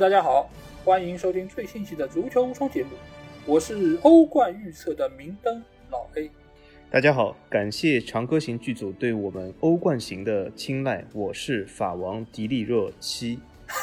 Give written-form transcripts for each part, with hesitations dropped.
大家好，欢迎收听最新期的足球无双节目，我是欧冠预测的明灯老 A。 大家好，感谢长歌行剧组对我们欧冠行的青睐，我是法王迪丽热7。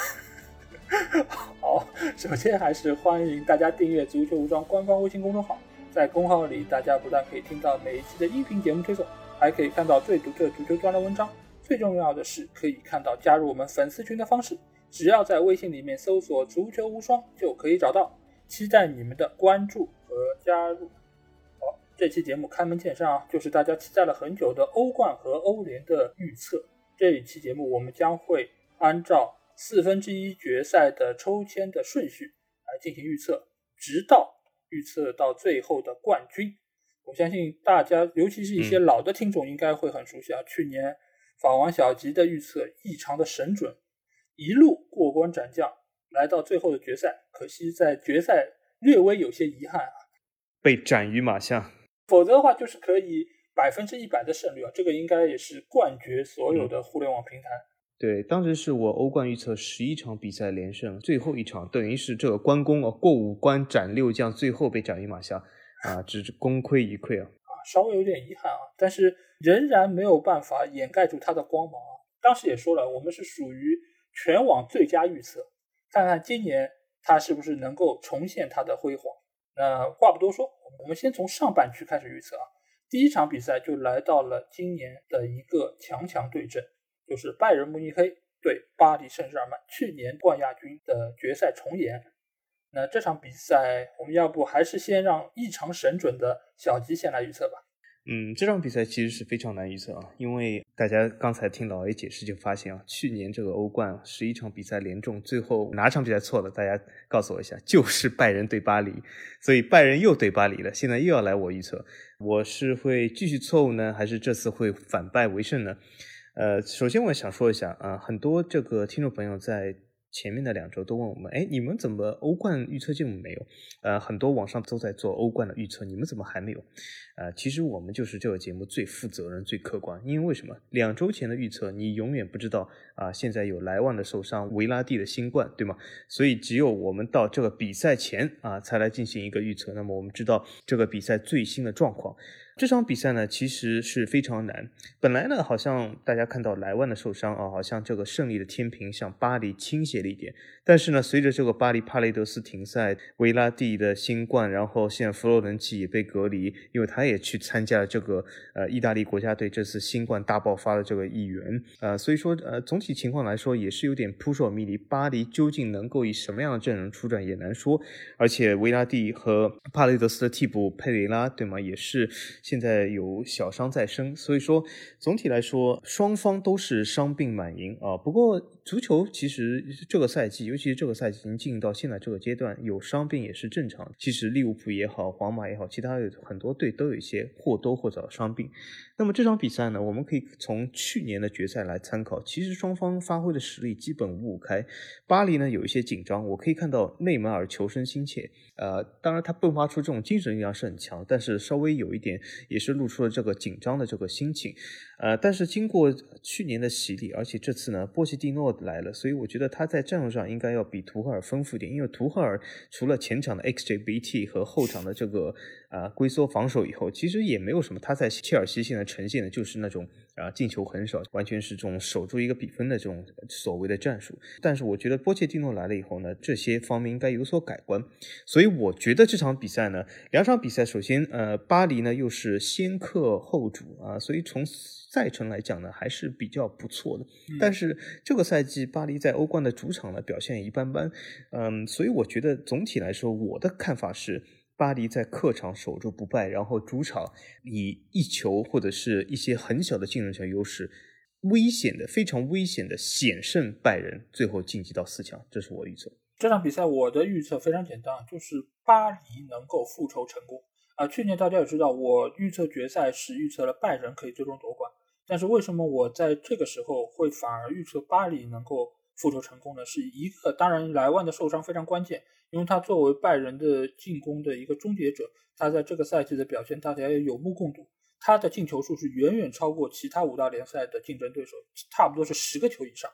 好，首先还是欢迎大家订阅足球无双官方微信公众号，在公号里大家不但可以听到每一期的音频节目推送，还可以看到最独特足球专栏文章，最重要的是可以看到加入我们粉丝群的方式，只要在微信里面搜索足球无双就可以找到，期待你们的关注和加入。好，这期节目开门见山就是大家期待了很久的欧冠和欧联的预测。这一期节目我们将会按照1/4决赛的抽签的顺序来进行预测，直到预测到最后的冠军。我相信大家尤其是一些老的听众应该会很熟悉去年法王小吉的预测异常的神准，一路过关斩将来到最后的决赛，可惜在决赛略微有些遗憾被斩于马下。 否则的话就是可以100%的胜率这个应该也是冠绝所有的互联网平台。 对，当时是我欧冠预测11场比赛连胜，最后一场等于是这个关公过5关斩6将，最后被斩于马下只是功亏一篑稍微有点遗憾但是仍然没有办法掩盖住他的光芒当时也说了，我们是属于全网最佳预测，看看今年他是不是能够重现他的辉煌。那话不多说，我们先从上半区开始预测第一场比赛就来到了今年的一个强对阵，就是拜仁慕尼黑对巴黎圣日耳曼去年冠亚军的决赛重演。那这场比赛我们要不还是先让异常神准的小吉先来预测吧。 这场比赛其实是非常难预测因为大家刚才听老 A 解释就发现去年这个欧冠11场比赛连中，最后哪场比赛错了？大家告诉我一下，就是拜仁对巴黎，所以拜仁又对巴黎了，现在又要来我预测，我是会继续错误呢，还是这次会反败为胜呢？首先我想说一下很多这个听众朋友在前面的2周都问我们，你们怎么欧冠预测节目没有？很多网上都在做欧冠的预测，你们怎么还没有？其实我们就是这个节目最负责任、最客观。因为为什么？2周前的预测你永远不知道现在有莱万的受伤，维拉蒂的新冠，对吗？所以只有我们到这个比赛前才来进行一个预测。那么我们知道这个比赛最新的状况。这场比赛呢其实是非常难，本来呢好像大家看到莱万的受伤好像这个胜利的天平向巴黎倾斜了一点，但是呢随着这个巴黎帕雷德斯停赛，维拉蒂的新冠，然后现在弗洛伦契也被隔离，因为他也去参加了这个意大利国家队这次新冠大爆发的这个一员所以说总体情况来说也是有点扑朔迷离，巴黎究竟能够以什么样的阵容出战也难说，而且维拉蒂和帕雷德斯的替补佩雷拉，对吗，也是现在有小伤在身，所以说总体来说双方都是伤病满营不过足球其实这个赛季，尤其是这个赛季已经进入到现在这个阶段，有伤病也是正常。其实利物浦也好，皇马也好，其他的很多队都有一些或多或少的伤病。那么这场比赛呢，我们可以从去年的决赛来参考，其实双方发挥的实力基本五五开。巴黎呢有一些紧张，我可以看到内马尔求生心切，当然他迸发出这种精神力量是很强，但是稍微有一点也是露出了这个紧张的这个心情。但是经过去年的洗礼，而且这次呢波切蒂诺来了，所以我觉得他在战术上应该要比图赫尔丰富一点，因为图赫尔除了前场的 XGBT 和后场的这个龟缩防守以后，其实也没有什么，他在切尔西现在呈现的就是那种进球很少，完全是这种守住一个比分的这种所谓的战术。但是我觉得波切蒂诺来了以后呢，这些方面应该有所改观，所以我觉得这场比赛呢，2场比赛首先巴黎呢又是先客后主所以从赛程来讲呢还是比较不错的，但是这个赛季巴黎在欧冠的主场呢表现也一般般，所以我觉得总体来说我的看法是巴黎在客场守住不败，然后主场以1球或者是一些很小的净胜球优势非常危险的险胜拜仁，最后晋级到4强，这是我预测。 这场比赛我的预测非常简单，就是巴黎能够复仇成功去年大家也知道我预测决赛是预测了拜仁可以最终夺冠，但是为什么我在这个时候会反而预测巴黎能够复仇成功呢？是一个当然莱万的受伤非常关键，因为他作为拜仁的进攻的一个终结者，他在这个赛季的表现大家也有目共睹，他的进球数是远远超过其他5大联赛的竞争对手，差不多是10个球以上。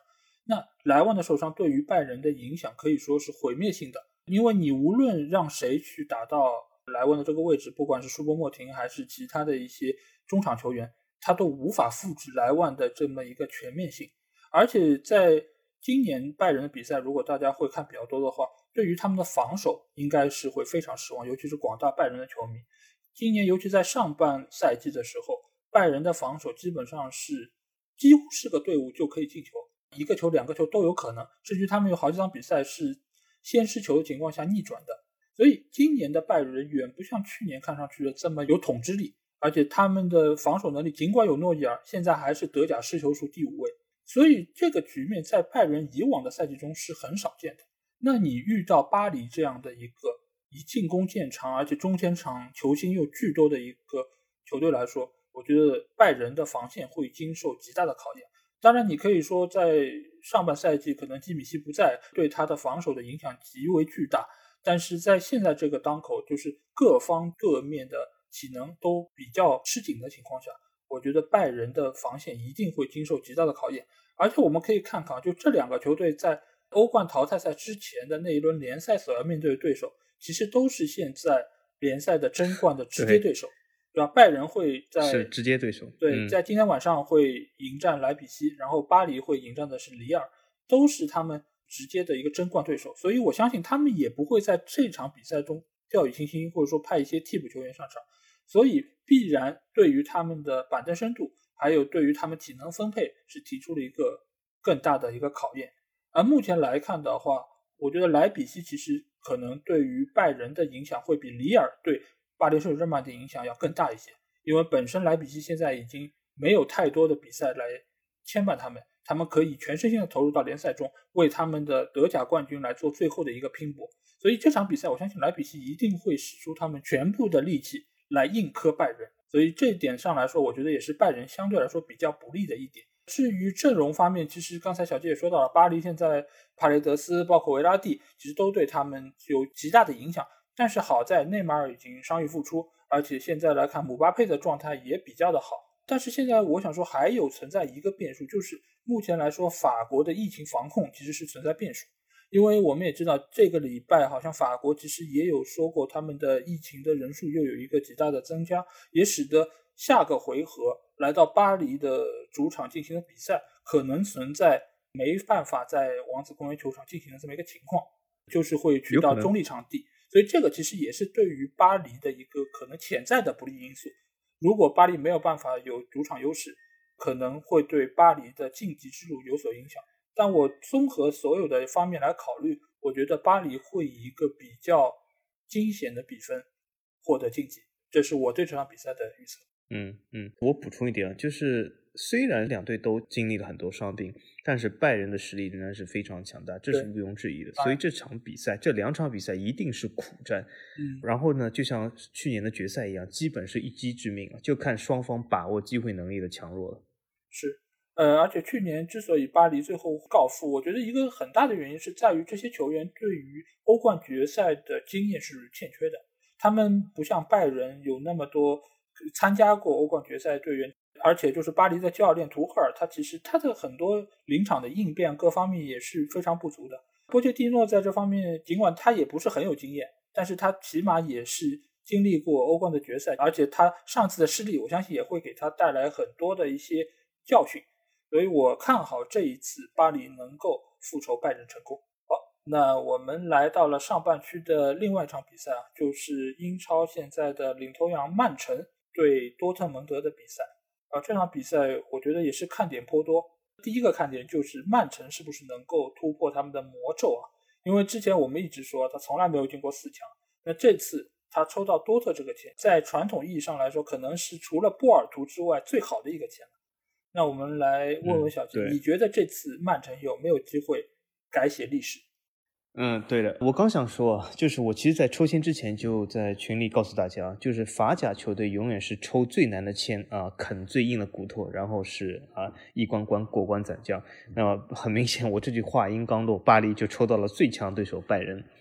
那莱万的受伤对于拜仁的影响可以说是毁灭性的，因为你无论让谁去打到莱万的这个位置，不管是舒波莫廷还是其他的一些中场球员，他都无法复制莱万的这么一个全面性。而且在今年拜仁的比赛，如果大家会看比较多的话，对于他们的防守应该是会非常失望，尤其是广大拜仁的球迷。今年尤其在上半赛季的时候，拜仁的防守基本上是几乎是个队伍就可以进球，一个球两个球都有可能，甚至他们有好几场比赛是先失球的情况下逆转的。所以今年的拜仁远不像去年看上去的这么有统治力，而且他们的防守能力尽管有诺伊尔，现在还是德甲失球数第5位，所以这个局面在拜仁以往的赛季中是很少见的。那你遇到巴黎这样的一个以进攻见长，而且中前场球星又巨多的一个球队来说，我觉得拜仁的防线会经受极大的考验。当然你可以说在上半赛季可能基米希不在，对他的防守的影响极为巨大，但是在现在这个当口，就是各方各面的体能都比较吃紧的情况下，我觉得拜仁的防线一定会经受极大的考验。而且我们可以看看，就这两个球队在欧冠淘汰赛之前的那一轮联赛所要面对的对手，其实都是现在联赛的争冠的直接对手，对吧？拜仁会是直接对手， 对，在今天晚上会迎战莱比锡，然后巴黎会迎战的是里尔，都是他们直接的一个争冠对手，所以我相信他们也不会在这场比赛中掉以轻心，或者说派一些替补球员上场，所以必然对于他们的板凳深度，还有对于他们体能分配是提出了一个更大的一个考验。而目前来看的话，我觉得莱比锡其实可能对于拜仁的影响会比里尔对巴黎圣日耳曼的影响要更大一些，因为本身莱比锡现在已经没有太多的比赛来牵绊他们，他们可以全身心的投入到联赛中，为他们的德甲冠军来做最后的一个拼搏。所以这场比赛我相信莱比锡一定会使出他们全部的力气来硬磕拜仁，所以这一点上来说，我觉得也是拜仁相对来说比较不利的一点。至于阵容方面，其实刚才小杰也说到了，巴黎现在帕雷德斯包括维拉蒂其实都对他们有极大的影响，但是好在内马尔已经伤愈复出，而且现在来看姆巴佩的状态也比较的好。但是现在我想说还有存在一个变数，就是目前来说法国的疫情防控其实是存在变数，因为我们也知道这个礼拜好像法国其实也有说过他们的疫情的人数又有一个极大的增加，也使得下个回合来到巴黎的主场进行的比赛可能存在没办法在王子公园球场进行的这么一个情况，就是会去到中立场地，所以这个其实也是对于巴黎的一个可能潜在的不利因素。如果巴黎没有办法有主场优势，可能会对巴黎的晋级之路有所影响。但我综合所有的方面来考虑，我觉得巴黎会以一个比较惊险的比分获得晋级，这是我对这场比赛的预测。 我补充一点，就是虽然两队都经历了很多伤病，但是拜仁的实力仍然是非常强大，这是毋庸置疑的。所以这场比赛，这两场比赛一定是苦战。然后呢，就像去年的决赛一样，基本是一击致命啊，就看双方把握机会能力的强弱了。 是，而且去年之所以巴黎最后告负，我觉得一个很大的原因是在于这些球员对于欧冠决赛的经验是欠缺的，他们不像拜仁有那么多参加过欧冠决赛队员，而且就是巴黎的教练图赫尔，他其实他的很多临场的应变各方面也是非常不足的。波切蒂诺在这方面尽管他也不是很有经验，但是他起码也是经历过欧冠的决赛，而且他上次的失利我相信也会给他带来很多的一些教训，所以我看好这一次巴黎能够复仇拜仁成功。好，那我们来到了上半区的另外一场比赛啊，就是英超现在的领头羊曼城对多特蒙德的比赛。这场比赛我觉得也是看点颇多。第一个看点就是曼城是不是能够突破他们的魔咒啊？因为之前我们一直说他从来没有进过4强，那这次他抽到多特这个签，在传统意义上来说可能是除了波尔图之外最好的一个签了。那我们来问问小杰，你觉得这次曼城有没有机会改写历史？ 对的，我刚想说，就是我其实在抽签之前就在群里告诉大家，就是法甲球队永远是抽最难的签啊，啃最硬的骨头，然后是一关关过关斩将。那么很明显，我这句话音刚落，巴黎就抽到了最强对手拜仁。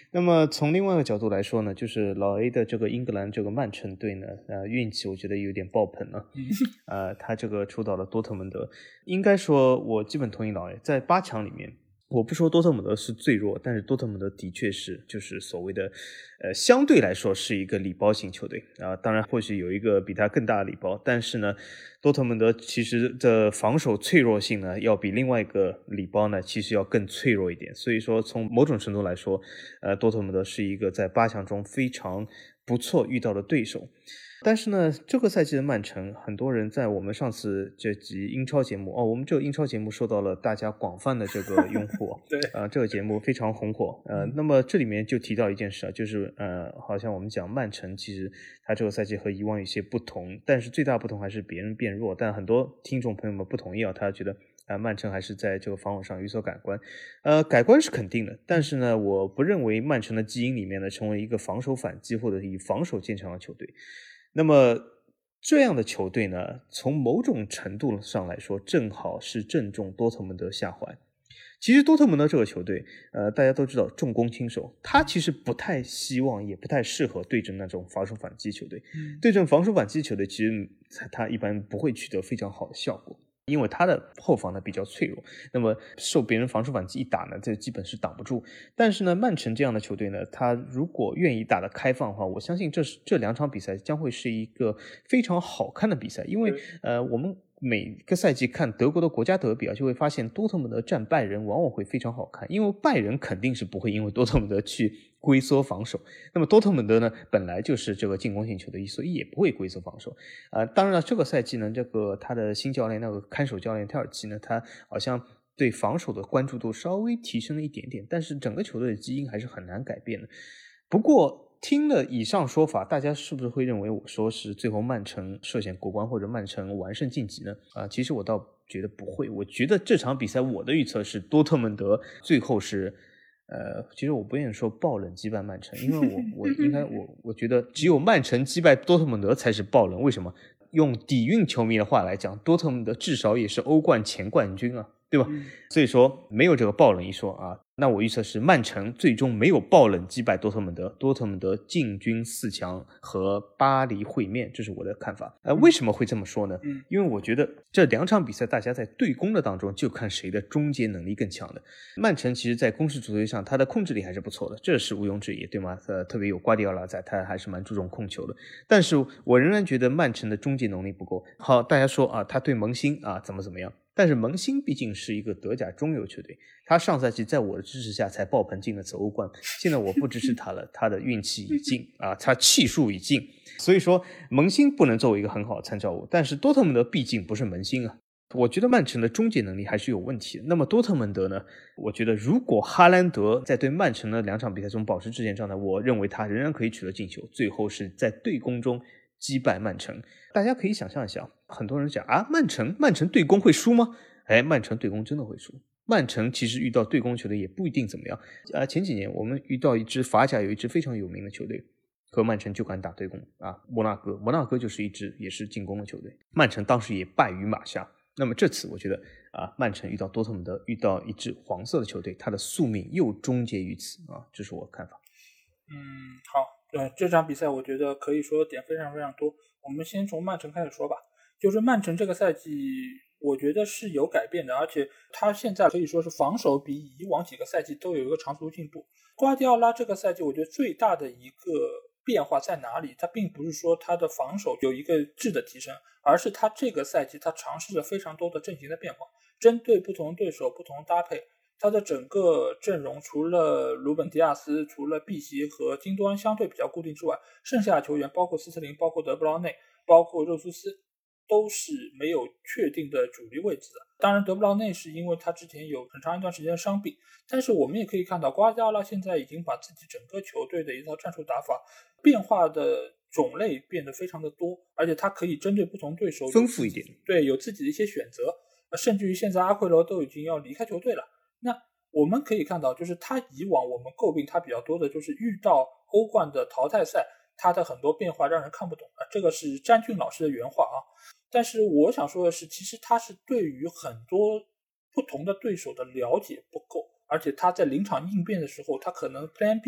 那么从另外一个角度来说呢，就是老 A 的这个英格兰这个曼城队呢，运气我觉得有点爆棚了。他这个出到了多特蒙德，应该说我基本同意老 A，在8强里面。我不说多特蒙德是最弱，但是多特蒙德的确是就是所谓的相对来说是一个礼包型球队啊，当然或许有一个比他更大的礼包，但是呢多特蒙德其实的防守脆弱性呢要比另外一个礼包呢其实要更脆弱一点，所以说从某种程度来说多特蒙德是一个在8强中非常不错遇到的对手。但是呢，这个赛季的曼城，很多人在我们上次这集英超节目我们这个英超节目受到了大家广泛的这个拥护对， 这个节目非常红火那么这里面就提到一件事啊，就是好像我们讲曼城其实他这个赛季和以往有些不同，但是最大不同还是别人变弱，但很多听众朋友们不同意他觉得曼城还是在这个防守上有所改观改观是肯定的，但是呢我不认为曼城的基因里面呢成为一个防守反击或者以防守见长的球队。那么这样的球队呢，从某种程度上来说正好是正中多特蒙德下怀。其实多特蒙德这个球队大家都知道重攻轻守，他其实不太希望也不太适合对阵那种防守反击球队对阵防守反击球队其实他一般不会取得非常好的效果，因为他的后防呢比较脆弱，那么受别人防守反击一打呢，这基本是挡不住。但是呢，曼城这样的球队呢，他如果愿意打得开放的话，我相信这2场比赛将会是一个非常好看的比赛。因为我们每个赛季看德国的国家德比就会发现多特蒙德战拜仁往往会非常好看，因为拜仁肯定是不会因为多特蒙德去龟缩防守，那么多特蒙德呢本来就是这个进攻型球队，所以也不会龟缩防守当然了，这个赛季呢，这个他的新教练那个看守教练泰尔奇呢，他好像对防守的关注度稍微提升了一点点，但是整个球队的基因还是很难改变的。不过听了以上说法，大家是不是会认为我说是最后曼城涉险过关或者曼城完胜晋级呢其实我倒觉得不会，我觉得这场比赛我的预测是多特蒙德最后是其实我不愿意说爆冷击败曼城，因为我觉得只有曼城击败多特蒙德才是爆冷。为什么？用底蕴球迷的话来讲，多特蒙德至少也是欧冠前冠军对吧所以说没有这个爆冷一说那我预测是曼城最终没有爆冷击败多特蒙德，多特蒙德进军4强和巴黎会面，这是我的看法为什么会这么说呢因为我觉得这2场比赛大家在对攻的当中就看谁的终结能力更强的。曼城其实在攻势主队上他的控制力还是不错的，这是毋庸置疑对吗特别有瓜迪奥拉在，他还是蛮注重控球的，但是我仍然觉得曼城的终结能力不够好。大家说他对蒙辛怎么样，但是蒙辛毕竟是一个德甲中游球队，他上赛季在我的支持下才爆棚进了次欧冠，现在我不支持他了，他的运气已尽他气数已尽，所以说蒙辛不能作为一个很好的参照物，但是多特蒙德毕竟不是蒙辛我觉得曼城的终结能力还是有问题的。那么多特蒙德呢，我觉得如果哈兰德在对曼城的2场比赛中保持之前状态，我认为他仍然可以取得进球，最后是在对攻中击败曼城。大家可以想象一下，很多人讲曼城对攻会输吗？曼城对攻真的会输。曼城其实遇到对攻球队也不一定怎么样前几年我们遇到法甲有一支非常有名的球队和曼城就敢打对攻摩纳哥就是一支也是进攻的球队，曼城当时也败于马下。那么这次我觉得曼城遇到多特蒙德，遇到一支黄色的球队，他的宿命又终结于此这是我的看法。 好，这场比赛我觉得可以说点非常非常多。我们先从曼城开始说吧，就是曼城这个赛季我觉得是有改变的，而且他现在可以说是防守比以往几个赛季都有一个长足进步。瓜迪奥拉这个赛季我觉得最大的一个变化在哪里？他并不是说他的防守有一个质的提升，而是他这个赛季他尝试了非常多的阵型的变化，针对不同对手不同搭配，他的整个阵容除了鲁本迪亚斯，除了碧玺和金多安相对比较固定之外，剩下的球员包括斯特林，包括德布劳内，包括肉苏斯，都是没有确定的主力位置的。当然德布劳内是因为他之前有很长一段时间的伤病，但是我们也可以看到瓜迪奥拉现在已经把自己整个球队的一套战术打法变化的种类变得非常的多，而且他可以针对不同对手丰富一点， 对，有自己的一些选择，甚至于现在阿奎罗都已经要离开球队了。那我们可以看到，就是他以往我们诟病他比较多的就是遇到欧冠的淘汰赛，他的很多变化让人看不懂这个是詹俊老师的原话但是我想说的是，其实他是对于很多不同的对手的了解不够，而且他在临场应变的时候，他可能 Plan B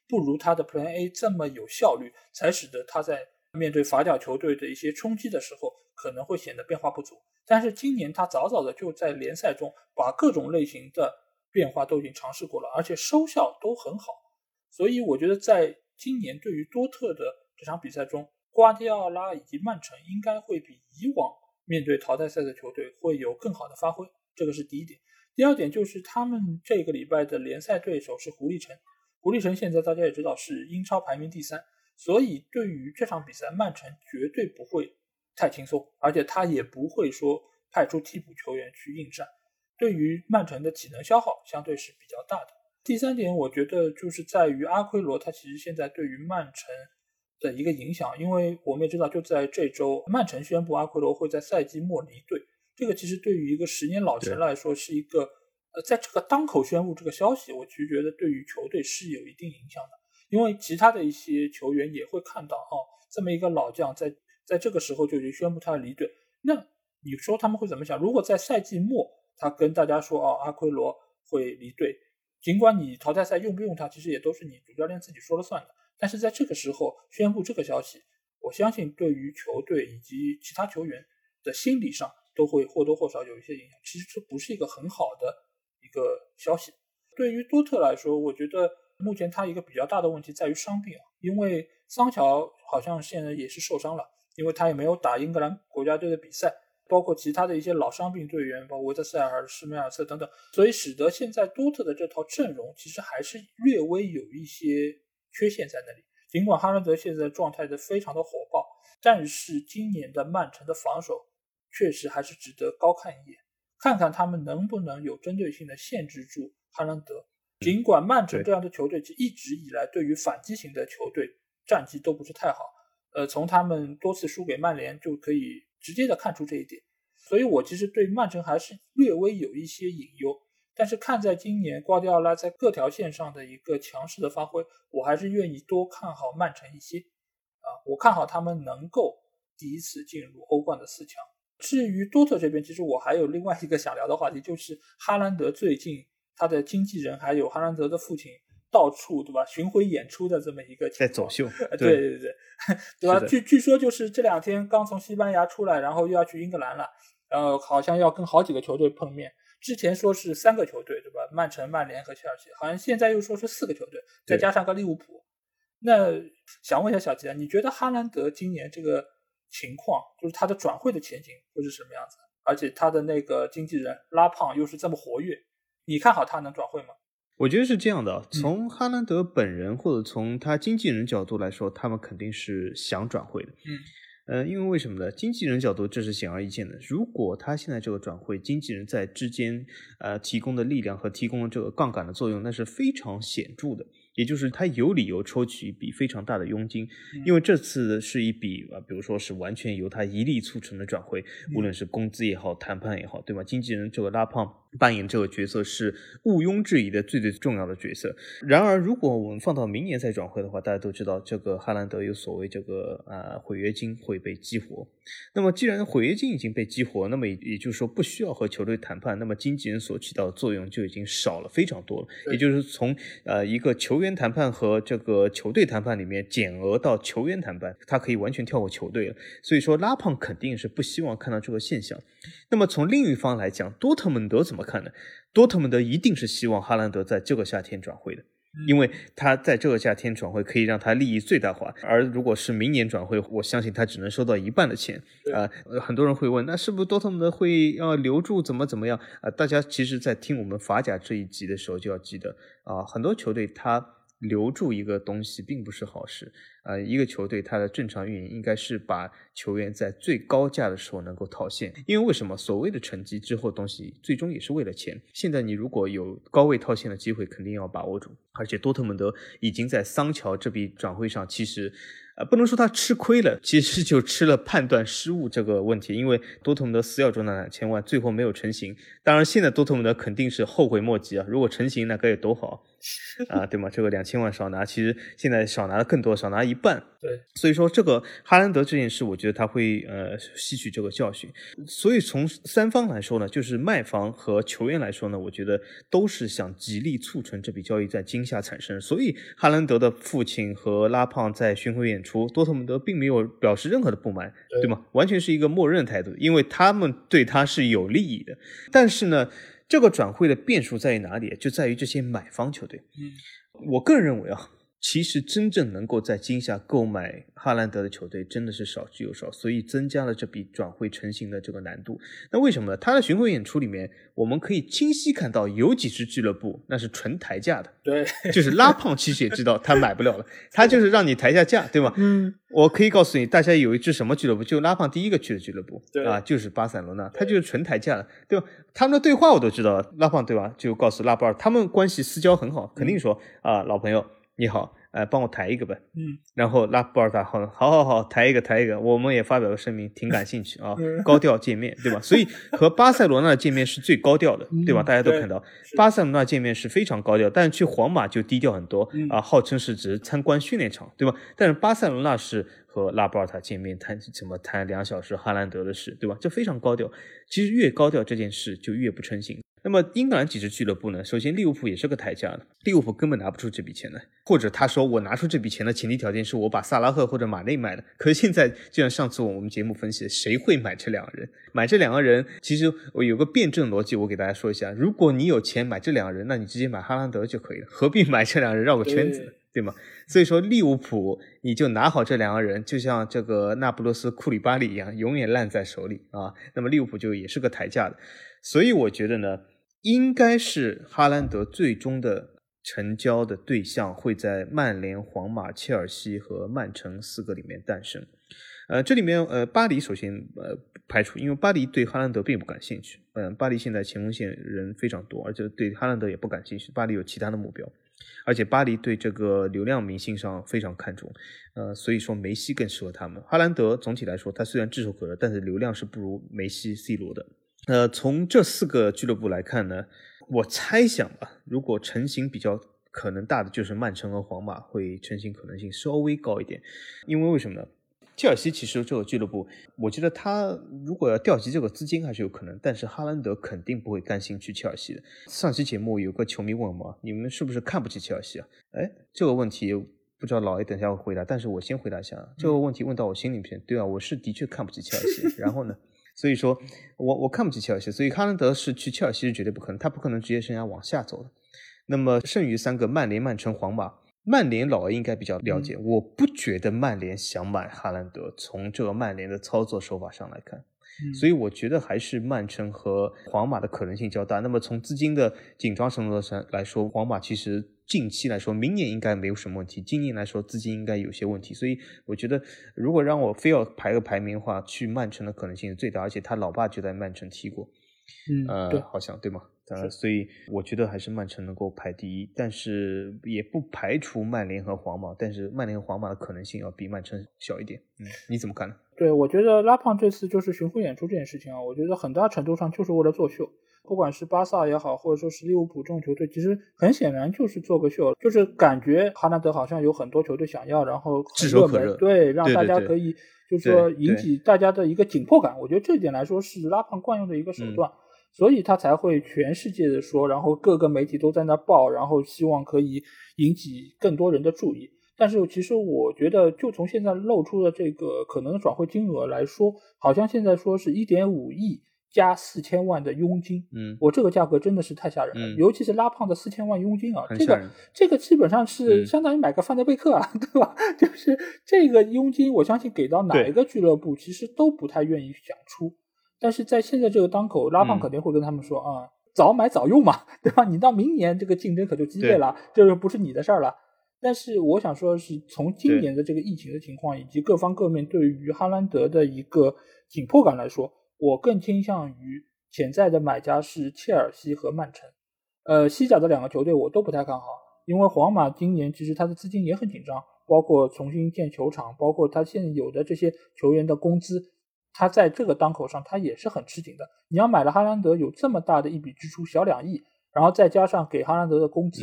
不如他的 Plan A 这么有效率，才使得他在面对法甲球队的一些冲击的时候可能会显得变化不足。但是今年他早早的就在联赛中把各种类型的变化都已经尝试过了，而且收效都很好。所以我觉得在今年对于多特的这场比赛中，瓜迪奥拉以及曼城应该会比以往面对淘汰赛的球队会有更好的发挥，这个是第一点。第二点就是他们这个礼拜的联赛对手是狐狸城，狐狸城现在大家也知道是英超排名第3，所以对于这场比赛曼城绝对不会太轻松，而且他也不会说派出替补球员去应战，对于曼城的体能消耗相对是比较大的。第三点我觉得就是在于阿奎罗他其实现在对于曼城的一个影响，因为我们也知道就在这周曼城宣布阿奎罗会在赛季末离队，这个其实对于一个10年老臣来说是一个在这个当口宣布这个消息，我其实觉得对于球队是有一定影响的，因为其他的一些球员也会看到这么一个老将在这个时候就已经宣布他的离队，那你说他们会怎么想？如果在赛季末他跟大家说阿奎罗会离队，尽管你淘汰赛用不用他其实也都是你主教练自己说了算的，但是在这个时候宣布这个消息，我相信对于球队以及其他球员的心理上都会或多或少有一些影响，其实这不是一个很好的一个消息。对于多特来说，我觉得目前他一个比较大的问题在于伤病，因为桑乔好像现在也是受伤了，因为他也没有打英格兰国家队的比赛，包括其他的一些老伤病队员，包括维特塞尔、施梅尔瑟等等，所以使得现在多特的这套阵容其实还是略微有一些缺陷在那里。尽管哈兰德现在状态的非常的火爆，但是今年的曼城的防守确实还是值得高看一眼，看看他们能不能有针对性的限制住哈兰德。尽管曼城这样的球队一直以来对于反击型的球队战绩都不是太好，从他们多次输给曼联就可以直接的看出这一点，所以我其实对曼城还是略微有一些隐忧，但是看在今年瓜迪奥拉在各条线上的一个强势的发挥，我还是愿意多看好曼城一些我看好他们能够第一次进入欧冠的4强。至于多特这边，其实我还有另外一个想聊的话题，就是哈兰德最近他的经纪人还有哈兰德的父亲到处对吧巡回演出的这么一个情况， 在走秀， 对对吧？据说就是这2天刚从西班牙出来，然后又要去英格兰了，好像要跟好几个球队碰面。之前说是3个球队对吧？曼城、曼联和切尔西，好像现在又说是4个球队，再加上个利物浦。那想问一下小吉你觉得哈兰德今年这个情况，就是他的转会的前景会是什么样子？而且他的那个经纪人拉胖又是这么活跃，你看好他能转会吗？ 我觉得是这样的，从哈兰德本人或者从他经纪人角度来说，他们肯定是想转会的。因为为什么呢？经纪人角度这是显而易见的。如果他现在这个转会，经纪人在之间提供的力量和提供的这个杠杆的作用，那是非常显著的。也就是他有理由抽取一笔非常大的佣金，因为这次是一笔比如说是完全由他一力促成的转会，无论是工资也好，谈判也好，对吧？经纪人这个拉胖扮演这个角色是毋庸置疑的最重要的角色。然而如果我们放到明年再转会的话，大家都知道这个哈兰德有所谓这个毁约金会被激活。那么既然毁约金已经被激活，那么也就是说不需要和球队谈判，那么经纪人所起到的作用就已经少了非常多了。也就是从一个球员谈判和这个球队谈判里面减额到球员谈判，他可以完全跳过球队了。所以说拉胖肯定是不希望看到这个现象。那么从另一方来讲，多特蒙德怎么看呢？多特蒙德一定是希望哈兰德在这个夏天转会的，因为他在这个夏天转会可以让他利益最大化，而如果是明年转会，我相信他只能收到1半的钱。很多人会问，那是不是多特蒙德会要留住怎么样大家其实在听我们法甲这一集的时候就要记得很多球队他留住一个东西并不是好事一个球队它的正常运营应该是把球员在最高价的时候能够套现，因为为什么所谓的成绩之后的东西最终也是为了钱，现在你如果有高位套现的机会肯定要把握住，而且多特蒙德已经在桑乔这笔转会上其实不能说他吃亏了，其实就吃了判断失误这个问题，因为多特蒙德死要赚那2000万最后没有成型，当然现在多特蒙德肯定是后悔莫及如果成型那该有多好， 对吗？这个2000万少拿，其实现在少拿的更多，少拿一半。 对， 所以说这个哈兰德这件事，我觉得他会吸取这个教训。所以从三方来说呢，就是卖方和球员来说呢，我觉得都是想极力促成这笔交易在今夏产生。所以哈兰德的父亲和拉胖在巡回演出，多特蒙德并没有表示任何的不满，对吗？完全是一个默认态度，因为他们对他是有利益的。但是呢，这个转会的变数在于哪里？就在于这些买方球队。我个人认为其实真正能够在今夏购买哈兰德的球队真的是少之又少，所以增加了这笔转会成型的这个难度。那为什么呢？他的巡回演出里面，我们可以清晰看到有几支俱乐部那是纯抬价的， 对， 就是拉胖其实也知道他买不了了，他就是让你抬下价，对吗？我可以告诉你，大家有一支什么俱乐部，就拉胖第一个去的俱乐部就是巴塞罗那，他就是纯抬价的，对吧？他们的对话我都知道，拉胖对吧？就告诉拉波尔，他们关系私交很好，肯定说老朋友你好，帮我抬一个呗。然后拉波尔塔好，抬一个，我们也发表个声明，挺感兴趣高调见面，对吧？所以和巴塞罗那的见面是最高调的，对吧？大家都看到，巴塞罗那见面是非常高调，但是去皇马就低调很多号称是只是参观训练场，对吧？但是巴塞罗那是和拉波尔塔见面谈2小时哈兰德的事，对吧？这非常高调。其实越高调这件事就越不成型。那么英格兰几支俱乐部呢？首先利物浦也是个抬价的，利物浦根本拿不出这笔钱来，或者他说我拿出这笔钱的前提条件是我把萨拉赫或者马内卖了。可是现在就像上次我们节目分析，谁会买这两个人？买这两个人，其实我有个辩证逻辑，我给大家说一下。如果你有钱买这两个人，那你直接买哈兰德就可以了，何必买这两个人绕个圈子，对吗？所以说利物浦你就拿好这两个人，就像这个那不勒斯库里巴利一样，永远烂在手里那么利物浦就也是个抬价的。所以我觉得呢，应该是哈兰德最终的成交的对象会在曼联、皇马、切尔西和曼城4个里面诞生。这里面巴黎首先排除，因为巴黎对哈兰德并不感兴趣。巴黎现在前锋线人非常多，而且对哈兰德也不感兴趣，巴黎有其他的目标。而且巴黎对这个流量明星上非常看重，所以说梅西更适合他们。哈兰德总体来说他虽然炙手可热，但是流量是不如梅西 C 罗的。从这4个俱乐部来看呢，我猜想吧，如果成型比较可能大的就是曼城和皇马会成型可能性稍微高一点。因为什么呢？切尔西其实这个俱乐部，我觉得他如果要调集这个资金还是有可能，但是哈兰德肯定不会甘心去切尔西的。上期节目有个球迷问我，你们是不是看不起切尔西啊？这个问题不知道老 A 等一下会回答，但是我先回答一下。这个问题问到我心里面，对啊，我是的确看不起切尔西。然后呢，所以说我看不起切尔西，所以哈兰德是去切尔西是绝对不可能，他不可能职业生涯往下走的。那么剩余3个曼联、曼城、皇马。曼联老 A 应该比较了解，我不觉得曼联想买哈兰德，从这个曼联的操作手法上来看，所以我觉得还是曼城和皇马的可能性较大。那么从资金的紧张程度上来说，皇马其实近期来说明年应该没有什么问题，今年来说资金应该有些问题，所以我觉得如果让我非要排个排名的话，去曼城的可能性是最大，而且他老爸就在曼城踢过，对，好像对吗？所以我觉得还是曼城能够排第一，但是也不排除曼联和皇马，但是曼联和皇马的可能性要比曼城小一点。你怎么看呢？ 对，我觉得拉胖这次就是巡回演出这件事情我觉得很大程度上就是为了做秀，不管是巴萨也好，或者说是利物浦这种球队，其实很显然就是做个秀，就是感觉哈兰德好像有很多球队想要，然后炙手可热， 对，让大家可以就是说引起大家的一个紧迫感。我觉得这一点来说是拉胖惯用的一个手段。所以他才会全世界的说，然后各个媒体都在那报，然后希望可以引起更多人的注意。但是其实我觉得就从现在露出的这个可能的转会金额来说，好像现在说是 1.5 亿加4000万的佣金。我这个价格真的是太吓人了，尤其是拉胖的4000万佣金这个基本上是相当于买个范德贝克对吧？就是这个佣金我相信给到哪一个俱乐部其实都不太愿意想出。但是在现在这个当口，拉胖肯定会跟他们说早买早用嘛，对吧？你到明年这个竞争可就激烈了，这就不是你的事儿了。但是我想说的是，从今年的这个疫情的情况以及各方各面对于哈兰德的一个紧迫感来说，我更倾向于潜在的买家是切尔西和曼城。西甲的2个球队我都不太看好，因为皇马今年其实他的资金也很紧张，包括重新建球场，包括他现有的这些球员的工资。他在这个当口上他也是很吃紧的，你要买了哈兰德有这么大的一笔支出，小2亿，然后再加上给哈兰德的工资，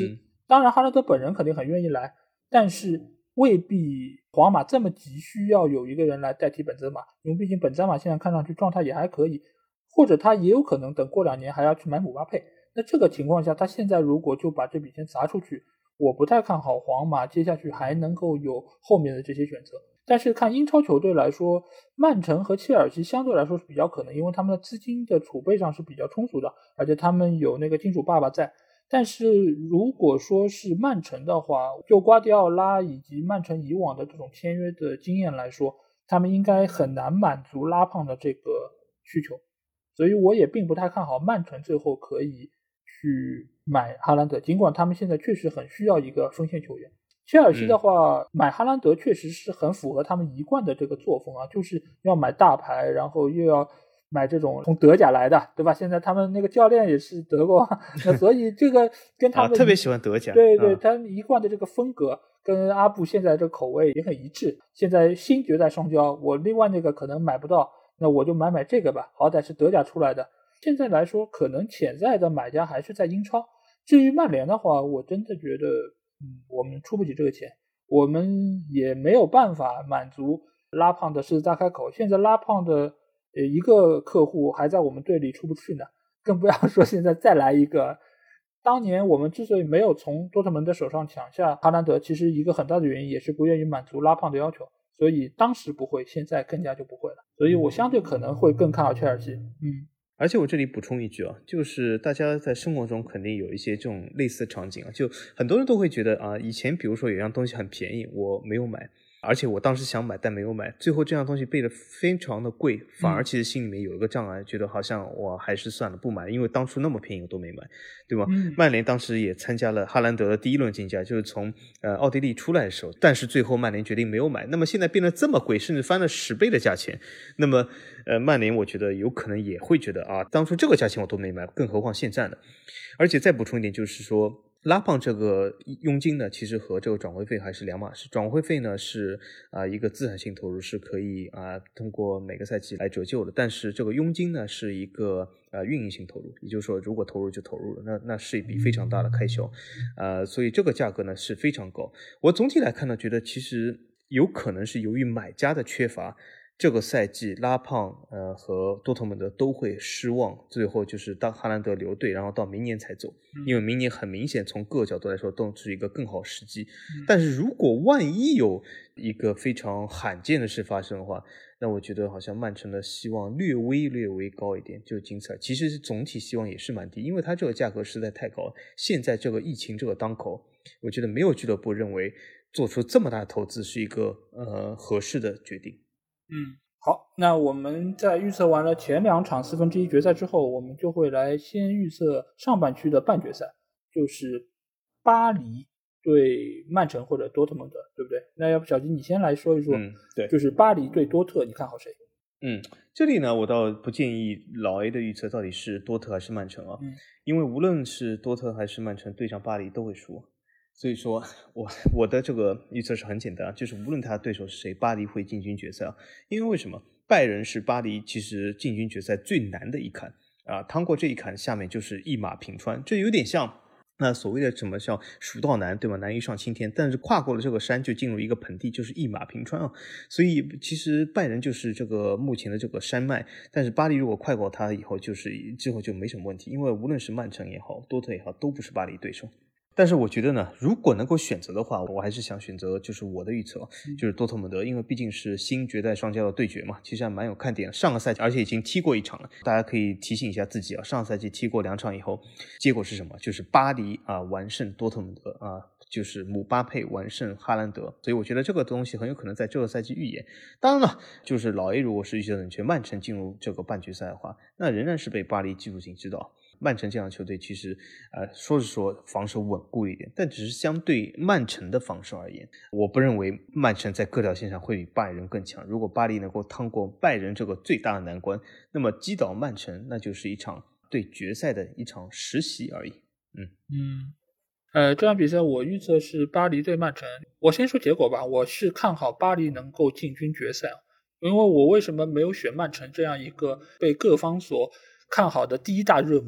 当然哈兰德本人肯定很愿意来，但是未必皇马这么急需要有一个人来代替本泽马，因为毕竟本泽马现在看上去状态也还可以，或者他也有可能等过2年还要去买姆巴佩。那这个情况下，他现在如果就把这笔钱砸出去，我不太看好皇马接下去还能够有后面的这些选择。但是看英超球队来说，曼城和切尔西相对来说是比较可能，因为他们的资金的储备上是比较充足的，而且他们有那个金主爸爸在。但是如果说是曼城的话，就瓜迪奥拉以及曼城以往的这种签约的经验来说，他们应该很难满足拉胖的这个需求，所以我也并不太看好曼城最后可以去买哈兰德，尽管他们现在确实很需要一个锋线球员。切尔西的话，买哈兰德确实是很符合他们一贯的这个作风啊，就是要买大牌，然后又要买这种从德甲来的，对吧？现在他们那个教练也是德国，那所以这个跟他们特别喜欢德甲， 对对，他们一贯的这个风格跟阿布现在这个口味也很一致。现在新绝代双骄，我另外那个可能买不到，那我就买这个吧，好歹是德甲出来的。现在来说，可能潜在的买家还是在英超。至于曼联的话，我真的觉得，我们出不起这个钱，我们也没有办法满足拉胖的狮子大开口。现在拉胖的一个客户还在我们队里出不去呢，更不要说现在再来一个。当年我们之所以没有从多特蒙德手上抢下哈兰德，其实一个很大的原因也是不愿意满足拉胖的要求，所以当时不会，现在更加就不会了。所以我相对可能会更看好切尔西。 而且我这里补充一句啊，就是大家在生活中肯定有一些这种类似的场景啊，就很多人都会觉得啊，以前比如说有样东西很便宜，我没有买，而且我当时想买但没有买，最后这样东西变得非常的贵，反而其实心里面有一个障碍，觉得好像我还是算了不买，因为当初那么便宜我都没买，对吧？曼联当时也参加了哈兰德的第一轮竞价，就是从奥地利出来的时候，但是最后曼联决定没有买，那么现在变得这么贵，甚至翻了10倍的价钱，那么曼联我觉得有可能也会觉得啊，当初这个价钱我都没买，更何况现在呢？而且再补充一点，就是说拉胖这个佣金呢，其实和这个转会费还是两码事。转会费呢是一个资产性投入，是可以通过每个赛季来折旧的，但是这个佣金呢是一个运营性投入，也就是说如果投入就投入了，那是一笔非常大的开销，所以这个价格呢是非常高。我总体来看呢，觉得其实有可能是由于买家的缺乏，这个赛季拉胖和多特蒙德都会失望，最后就是当哈兰德留队，然后到明年才走，因为明年很明显从各个角度来说都是一个更好时机。但是如果万一有一个非常罕见的事发生的话，那我觉得好像曼城的希望略微高一点，就仅此。其实总体希望也是蛮低，因为它这个价格实在太高了。现在这个疫情这个当口，我觉得没有俱乐部认为做出这么大的投资是一个合适的决定。 好，那我们在预测完了前2场1/4决赛之后，我们就会来先预测上半区的半决赛，就是巴黎对曼城或者多特蒙德，对不对？那要不小吉你先来说一说， 对， 就是巴黎对多特，你看好谁？ 这里呢，我倒不建议老 A 的预测到底是多特还是曼城啊，因为无论是多特还是曼城对上巴黎都会输。所以说我的这个预测是很简单，就是无论他的对手是谁，巴黎会进军决赛啊。因为为什么？拜仁是巴黎其实进军决赛最难的一坎啊，趟过这一坎，下面就是一马平川，这有点像那所谓的什么叫蜀道难，对吧？难于上青天，但是跨过了这个山就进入一个盆地，就是一马平川啊。所以其实拜仁就是这个目前的这个山脉，但是巴黎如果快过它以后，就是之后就没什么问题，因为无论是曼城也好，多特也好，都不是巴黎对手。但是我觉得呢，如果能够选择的话，我还是想选择就是我的预测，就是多特蒙德，因为毕竟是新绝代双骄的对决嘛，其实还蛮有看点的。上个赛季而且已经踢过1场了，大家可以提醒一下自己啊，上个赛季踢过2场以后，结果是什么？就是巴黎完胜多特蒙德就是姆巴佩完胜哈兰德，所以我觉得这个东西很有可能在这个赛季预演。当然了，就是老 A 如果是预测准确，曼城进入这个半决赛的话，那仍然是被巴黎技术性指导。曼城这样的球队其实说是说防守稳固一点，但只是相对曼城的防守而言，我不认为曼城在各条线上会比拜仁更强。如果巴黎能够趟过拜仁这个最大的难关，那么击倒曼城那就是一场对决赛的一场实习而已。 这场比赛我预测是巴黎对曼城。我先说结果吧，我是看好巴黎能够进军决赛，因为我为什么没有选曼城这样一个被各方所看好的第一大热门？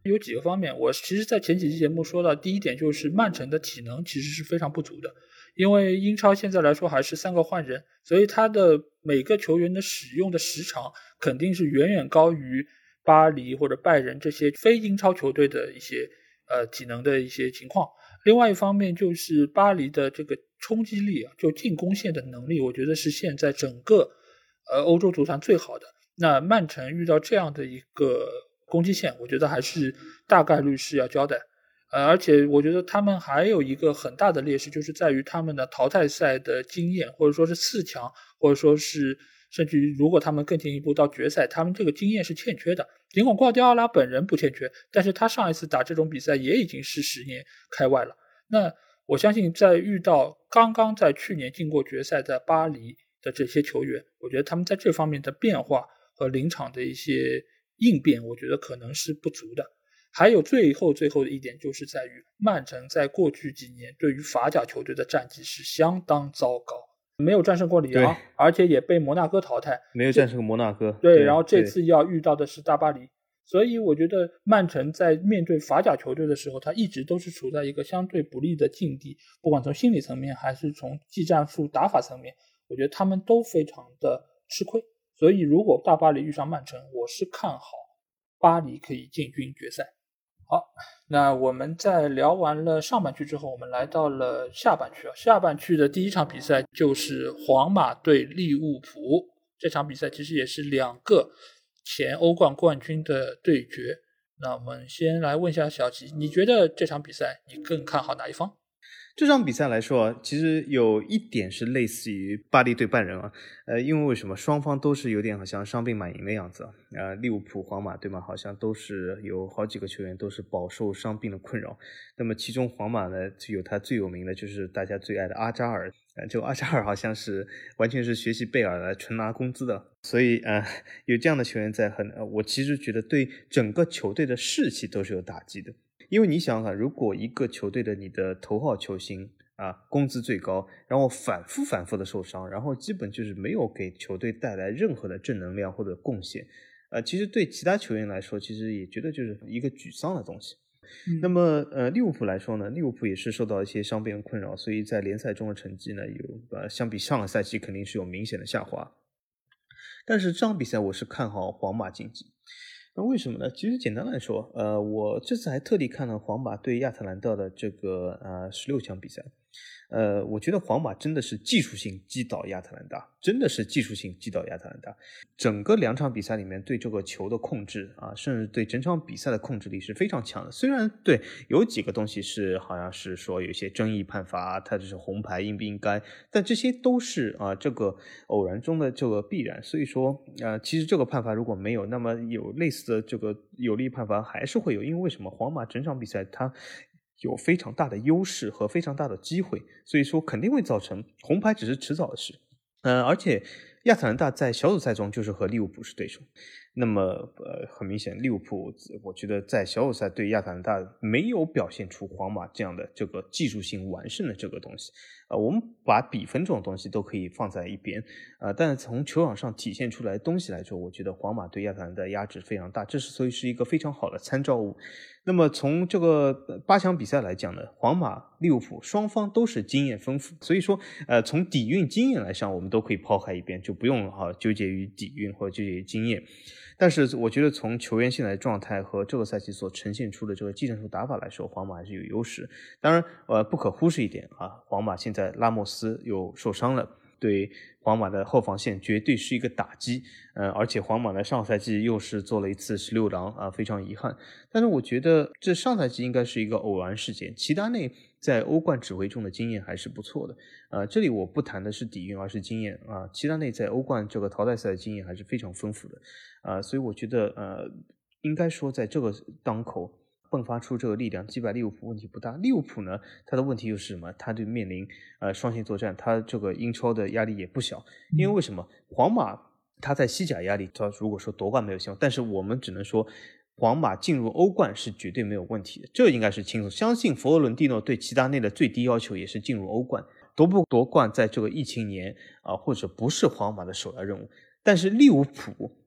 有几个方面，我其实在前几期节目说到，第一点就是曼城的体能其实是非常不足的，因为英超现在来说还是3个换人，所以他的每个球员的使用的时长肯定是远远高于巴黎或者拜仁这些非英超球队的一些体能的一些情况。另外一方面就是巴黎的这个冲击力啊，就进攻线的能力，我觉得是现在整个欧洲足坛最好的。那曼城遇到这样的一个攻击线，我觉得还是大概率是要交代。而且我觉得他们还有一个很大的劣势，就是在于他们的淘汰赛的经验，或者说是4强，或者说是甚至于如果他们更进一步到决赛，他们这个经验是欠缺的。尽管瓜迪奥拉本人不欠缺，但是他上一次打这种比赛也已经是10年开外了。那我相信在遇到刚刚在去年进过决赛的巴黎的这些球员，我觉得他们在这方面的变化和临场的一些应变，我觉得可能是不足的。还有最后的一点就是在于曼城在过去几年对于法甲球队的战绩是相当糟糕，没有战胜过里昂，而且也被摩纳哥淘汰， 没有战胜过摩纳哥。 对，然后这次要遇到的是大巴黎，所以我觉得曼城在面对法甲球队的时候，他一直都是处在一个相对不利的境地，不管从心理层面还是从技战术打法层面，我觉得他们都非常的吃亏。所以如果大巴黎遇上曼城，我是看好巴黎可以进军决赛。好，那我们在聊完了上半区之后，我们来到了下半区。下半区的第一场比赛就是皇马对利物浦，这场比赛其实也是2个前欧冠冠军的对决。那我们先来问一下小吉，你觉得这场比赛你更看好哪一方？ 这场比赛来说啊，其实有一点是类似于巴黎对拜仁啊，因为为什么双方都是有点好像伤病满营的样子啊，利物浦、皇马对吗？好像都是有好几个球员都是饱受伤病的困扰。那么其中皇马呢，有他最有名的就是大家最爱的阿扎尔，就阿扎尔好像是完全是学习贝尔来纯拿工资的，所以有这样的球员在我其实觉得对整个球队的士气都是有打击的。因为你想想，如果一个球队的你的头号球星工资最高，然后反复的受伤，然后基本就是没有给球队带来任何的正能量或者贡献，其实对其他球员来说，其实也觉得就是一个沮丧的东西。那么利物浦来说呢，利物浦也是受到一些伤病困扰，所以在联赛中的成绩呢相比上个赛季肯定是有明显的下滑。但是这场比赛我是看好皇马晋级。那为什么呢？其实简单来说，我这次还特地看了皇马对亚特兰大的这个16强比赛。我觉得皇马真的是技术性击倒亚特兰大，真的是技术性击倒亚特兰大。整个2场比赛里面对这个球的控制甚至对整场比赛的控制力是非常强的。虽然对有几个东西是好像是说有些争议判罚，它这是红牌应不应该，但这些都是这个偶然中的这个必然。所以说其实这个判罚如果没有，那么有类似的这个有利判罚还是会有。因为为什么皇马整场比赛它有非常大的优势和非常大的机会，所以说肯定会造成红牌只是迟早的事。而且亚特兰大在小组赛中就是和利物浦是对手，那么很明显利物浦我觉得在小组赛对亚特兰大没有表现出皇马这样的这个技术性完胜的这个东西。我们把比分这种东西都可以放在一边，但是从球场上体现出来的东西来说，我觉得皇马对亚特兰大压制非常大，所以是一个非常好的参照物。那么从这个8强比赛来讲呢，皇马、利物浦双方都是经验丰富，所以说从底蕴经验来上我们都可以抛开一边，就不用纠结于底蕴或者纠结于经验。但是我觉得从球员现在的状态和这个赛季所呈现出的这个技战术打法来说，皇马还是有优势。当然不可忽视一点皇马现在拉莫斯又受伤了，对皇马的后防线绝对是一个打击。而且皇马呢上赛季又是做了一次16郎非常遗憾。但是我觉得这上赛季应该是一个偶然事件，齐达内在欧冠指挥中的经验还是不错的。这里我不谈的是底蕴，而是经验齐达内在欧冠这个淘汰赛的经验还是非常丰富的。所以我觉得应该说在这个当口迸发出这个力量击败利物浦问题不大。利物浦呢他的问题又是什么？他就面临双线作战，他这个英超的压力也不小。因为为什么皇马他在西甲压力，他如果说夺冠没有希望，但是我们只能说皇马进入欧冠是绝对没有问题的，这应该是清楚。相信佛罗伦蒂诺对齐达内的最低要求也是进入欧冠，夺不夺冠在这个疫情年或者不是皇马的首要任务。但是利物浦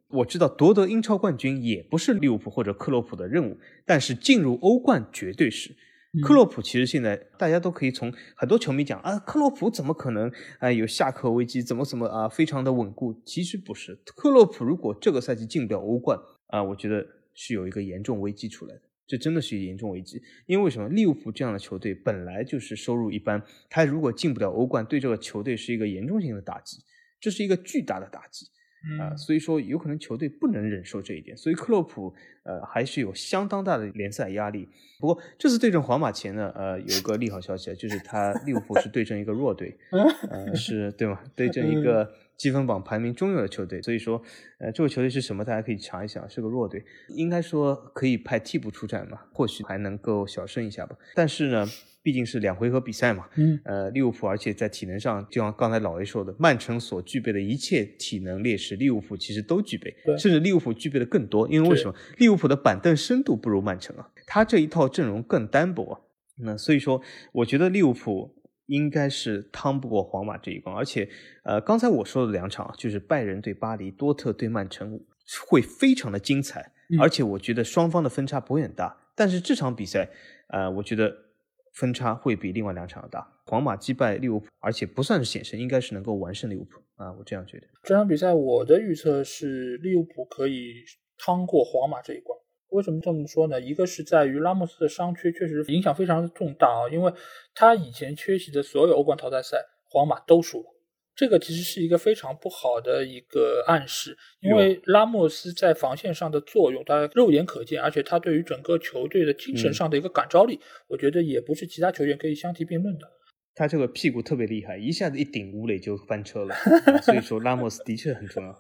我知道夺得英超冠军也不是利物浦或者克洛普的任务，但是进入欧冠绝对是。克洛普其实现在大家都可以从很多球迷讲啊，克洛普怎么可能有下课危机，怎么非常的稳固，其实不是。克洛普如果这个赛季进不了欧冠我觉得是有一个严重危机出来的，这真的是一个严重危机。因为为什么？利物浦这样的球队本来就是收入一般，他如果进不了欧冠，对这个球队是一个严重性的打击，这是一个巨大的打击。所以说有可能球队不能忍受这一点，所以克洛普还是有相当大的联赛压力。不过这次对阵皇马前呢有个利好消息，就是利物浦是对阵一个弱队是对吗？对阵一个积分榜排名中游的球队，所以说这个球队是什么大家可以查一下，是个弱队，应该说可以派替补出战嘛，或许还能够小胜一下吧。但是呢毕竟是2回合比赛嘛，利物浦而且在体能上，就像刚才老 A 说的，曼城所具备的一切体能劣势，利物浦其实都具备，甚至利物浦具备的更多。因为为什么？利物浦的板凳深度不如曼城啊，他这一套阵容更单薄。那所以说，我觉得利物浦应该是趟不过皇马这一关。而且，刚才我说的2场，就是拜仁对巴黎，多特对曼城，会非常的精彩。而且我觉得双方的分差不会很大，但是这场比赛，我觉得分差会比另外2场要大。皇马击败利物浦，而且不算是险胜，应该是能够完胜利物浦我这样觉得。 这场比赛我的预测是利物浦可以趟过皇马这一关。为什么这么说呢？一个是在于拉莫斯的伤缺确实影响非常的重大因为他以前缺席的所有欧冠淘汰赛，皇马都输了。这个其实是一个非常不好的一个暗示，因为拉莫斯在防线上的作用他肉眼可见，而且他对于整个球队的精神上的一个感召力，我觉得也不是其他球员可以相提并论的。 他这个屁股特别厉害，一下子一顶吴磊就翻车了所以说拉莫斯的确很重要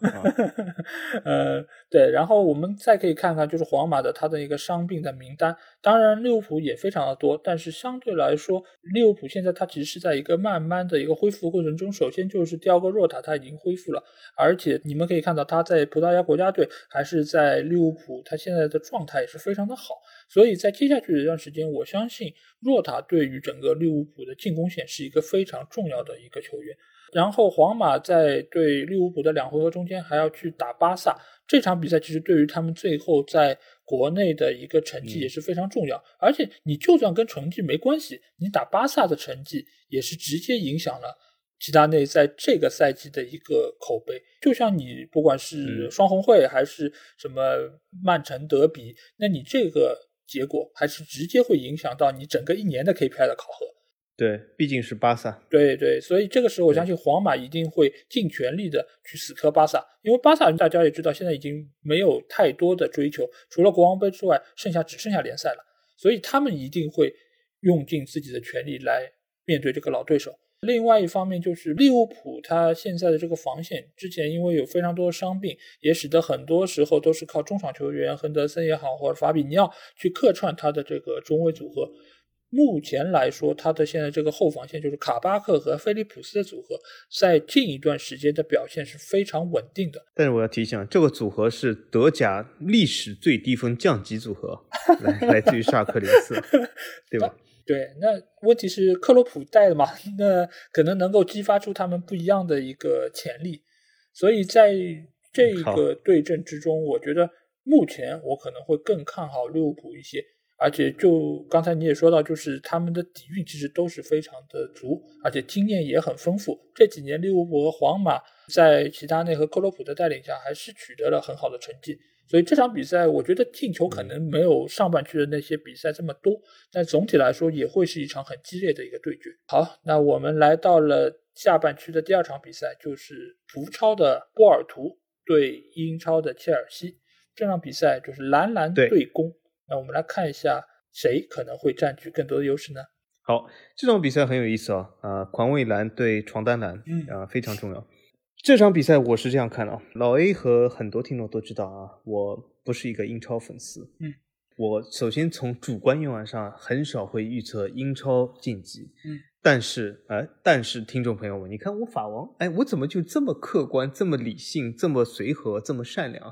对，然后我们再可以看看就是皇马的他的一个伤病的名单，当然利物浦也非常的多，但是相对来说利物浦现在他其实是在一个慢慢的一个恢复过程中，首先就是迪奥戈若塔他已经恢复了，而且你们可以看到他在葡萄牙国家队还是在利物浦，他现在的状态也是非常的好，所以在接下去的一段时间，我相信若塔对于整个利物浦的进攻线是一个非常重要的一个球员。然后皇马在对利物浦的2回合中间还要去打巴萨，这场比赛其实对于他们最后在国内的一个成绩也是非常重要，而且你就算跟成绩没关系，你打巴萨的成绩也是直接影响了齐达内在这个赛季的一个口碑。就像你不管是双红会还是什么曼城德比，那你这个结果还是直接会影响到你整个1年的 KPI 的考核。 对，毕竟是巴萨。 对，所以这个时候我相信皇马一定会尽全力的去死磕巴萨，因为巴萨大家也知道现在已经没有太多的追求，除了国王杯之外只剩下联赛了，所以他们一定会用尽自己的全力来面对这个老对手。另外一方面就是利物浦他现在的这个防线，之前因为有非常多的伤病，也使得很多时候都是靠中场球员亨德森也好或者法比尼奥去客串他的这个中卫组合。目前来说他的现在这个后防线就是卡巴克和菲利普斯的组合，在近一段时间的表现是非常稳定的。 但是我要提醒，这个组合是德甲历史最低分降级组合来自于沙克林斯对吧？ 对，那问题是克洛普带的嘛，那可能能够激发出他们不一样的一个潜力，所以在这个对阵之中，我觉得目前我可能会更看好利物浦一些。而且就刚才你也说到，就是他们的底蕴其实都是非常的足，而且经验也很丰富。这几年利物浦和皇马在齐达内和克洛普的带领下还是取得了很好的成绩，所以这场比赛我觉得进球可能没有上半区的那些比赛这么多，但总体来说也会是一场很激烈的一个对决。好，那我们来到了下半区的第2场比赛，就是葡超的波尔图对英超的切尔西。这场比赛就是蓝蓝对攻，那我们来看一下谁可能会占据更多的优势呢？ 好，这场比赛很有意思狂卫蓝对床单蓝非常重要。这场比赛我是这样看的老 A 和很多听众都知道我不是一个英超粉丝我首先从主观愿望上很少会预测英超晋级但是听众朋友们，你看我法王我怎么就这么客观这么理性这么随和这么善良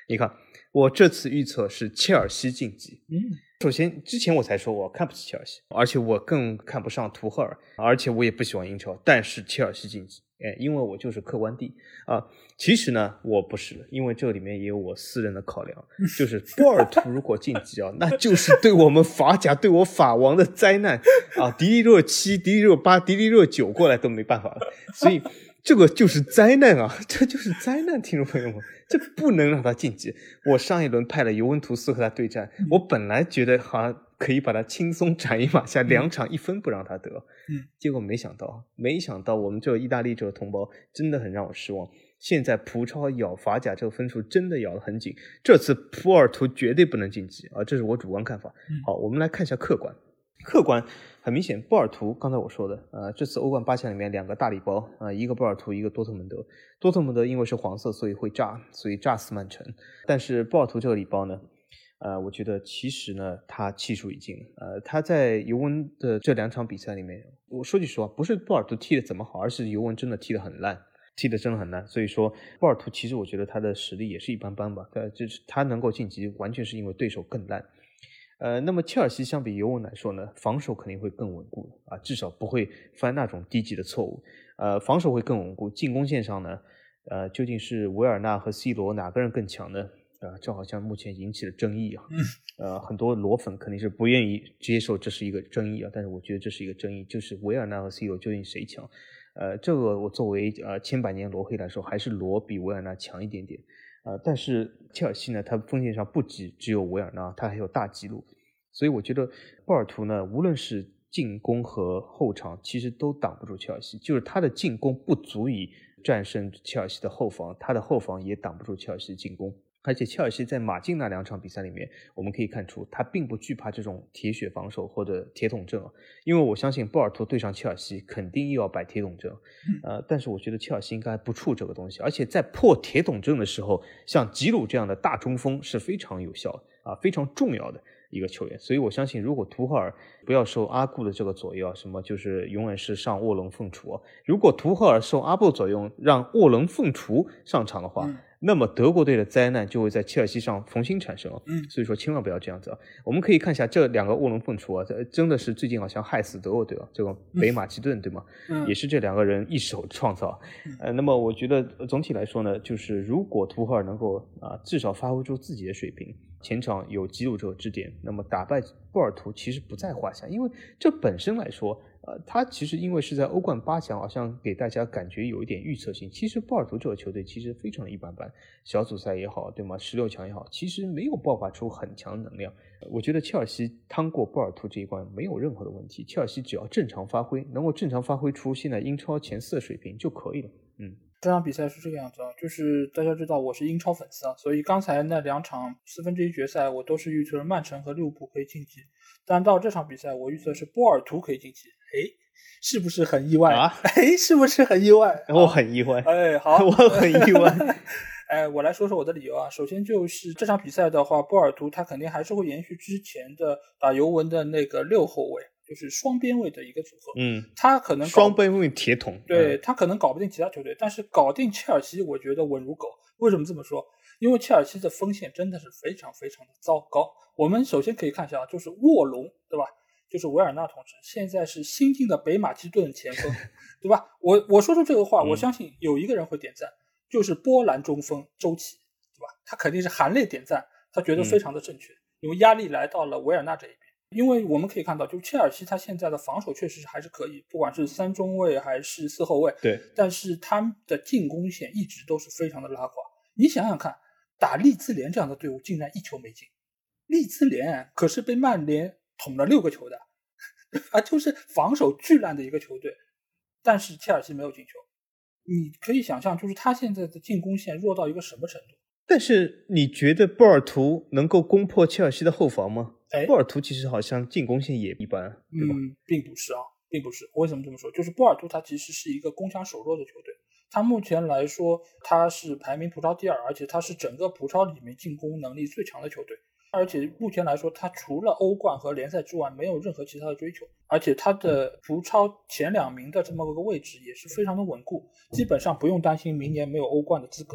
你看我这次预测是切尔西晋级。首先之前我才说我看不起切尔西，而且我更看不上图赫尔，而且我也不喜欢英超，但是切尔西晋级，因为我就是客观地其实呢我不是的，因为这里面也有我私人的考量，就是波尔图如果晋级那就是对我们法甲对我法王的灾难迪丽热7、迪丽热8、迪丽热9过来都没办法了，所以这个就是灾难这就是灾难，听众朋友们，这不能让他晋级。我上一轮派了尤文图斯和他对战，我本来觉得好像可以把他轻松斩一马下，2场1分不让他得，结果没想到我们这意大利这个同胞真的很让我失望。现在葡超咬法甲这个分数真的咬得很紧，这次波尔图绝对不能晋级这是我主观看法。好，我们来看一下客观很明显，波尔图刚才我说的这次欧冠8强里面2个大礼包一个波尔图，一个多特蒙德因为是黄色所以会炸死曼城，但是波尔图这个礼包呢我觉得其实呢他气数已尽了他在尤文的这2场比赛里面，我说句实话，不是波尔图踢得怎么好，而是尤文真的踢得很烂，所以说波尔图其实我觉得他的实力也是一般般吧，就是他能够晋级完全是因为对手更烂。那么切尔西相比尤文来说呢，防守肯定会更稳固至少不会犯那种低级的错误。防守会更稳固，进攻线上呢究竟是维尔纳和 C 罗哪个人更强呢？这好像目前引起了争议很多罗粉肯定是不愿意接受这是一个争议但是我觉得这是一个争议，就是维尔纳和 C 罗究竟谁强？这个我作为千百年罗黑来说，还是罗比维尔纳强一点点。但是切尔西呢，他锋线上不只有维尔纳，他还有大吉鲁，所以我觉得波尔图呢，无论是进攻和后场，其实都挡不住切尔西，就是他的进攻不足以战胜切尔西的后防，他的后防也挡不住切尔西的进攻。而且切尔西在马竞那2场比赛里面，我们可以看出他并不惧怕这种铁血防守或者铁桶阵因为我相信波尔图对上切尔西肯定又要摆铁桶阵但是我觉得切尔西应该不怵这个东西，而且在破铁桶阵的时候，像吉鲁这样的大中锋是非常有效的非常重要的一个球员，所以我相信如果图赫尔不要受阿布的这个左右什么就是永远是上卧龙凤雏如果图赫尔受阿布左右让卧龙凤雏上场的话那么德国队的灾难就会在切尔西上重新产生所以说千万不要这样子我们可以看一下这2个卧龙凤雏真的是最近好像害死德国队这个北马其顿对吗也是这2个人一手创造那么我觉得总体来说呢，就是如果图赫尔能够至少发挥出自己的水平，前场有吉鲁这个支点，那么打败波尔图其实不在话下，因为这本身来说他其实因为是在欧冠8强好像给大家感觉有一点预测性，其实波尔图这个球队其实非常的一般般，小组赛也好对吗，16强也好，其实没有爆发出很强能量。我觉得切尔西趟过波尔图这一关没有任何的问题，切尔西只要正常发挥，能够正常发挥出现在英超前4的水平就可以了这场比赛是这个样子就是大家知道我是英超粉丝所以刚才那2场1/4决赛我都是预测曼城和利物浦可以晋级，但到这场比赛我预测是波尔图可以晋级，是不是很意外是不是很意外？ 我很意外好我很意外我来说说我的理由首先就是这场比赛的话，波尔图他肯定还是会延续之前的打尤文的那个6后卫，就是双边卫的一个组合他可能双边卫铁桶对他可能搞不定其他球队但是搞定切尔西我觉得稳如狗。为什么这么说？因为切尔西的锋线真的是非常非常的糟糕。我们首先可以看一下就是卧龙对吧，就是维尔纳同志现在是新晋的北马其顿前锋对吧，我说出这个话我相信有一个人会点赞，就是波兰中锋周琦对吧，他肯定是含泪点赞，他觉得非常的正确因为压力来到了维尔纳这一边。因为我们可以看到就切尔西他现在的防守确实还是可以，不管是3中卫还是4后卫对， 但是他们的进攻线一直都是非常的拉垮。你想想看，打利兹联这样的队伍竟然1球没进，利兹联可是被曼联捅了6个球的就是防守巨烂的一个球队，但是切尔西没有进球。你可以想象就是他现在的进攻线弱到一个什么程度。 但是你觉得波尔图能够攻破切尔西的后防吗？波尔图其实好像进攻线也一般对吧并不是并不是。为什么这么说？就是波尔图他其实是一个攻强守弱的球队，他目前来说他是排名葡超第2，而且他是整个葡超里面进攻能力最强的球队，而且目前来说他除了欧冠和联赛之外没有任何其他的追求，而且他的葡超前2名的这么个位置也是非常的稳固，基本上不用担心明年没有欧冠的资格。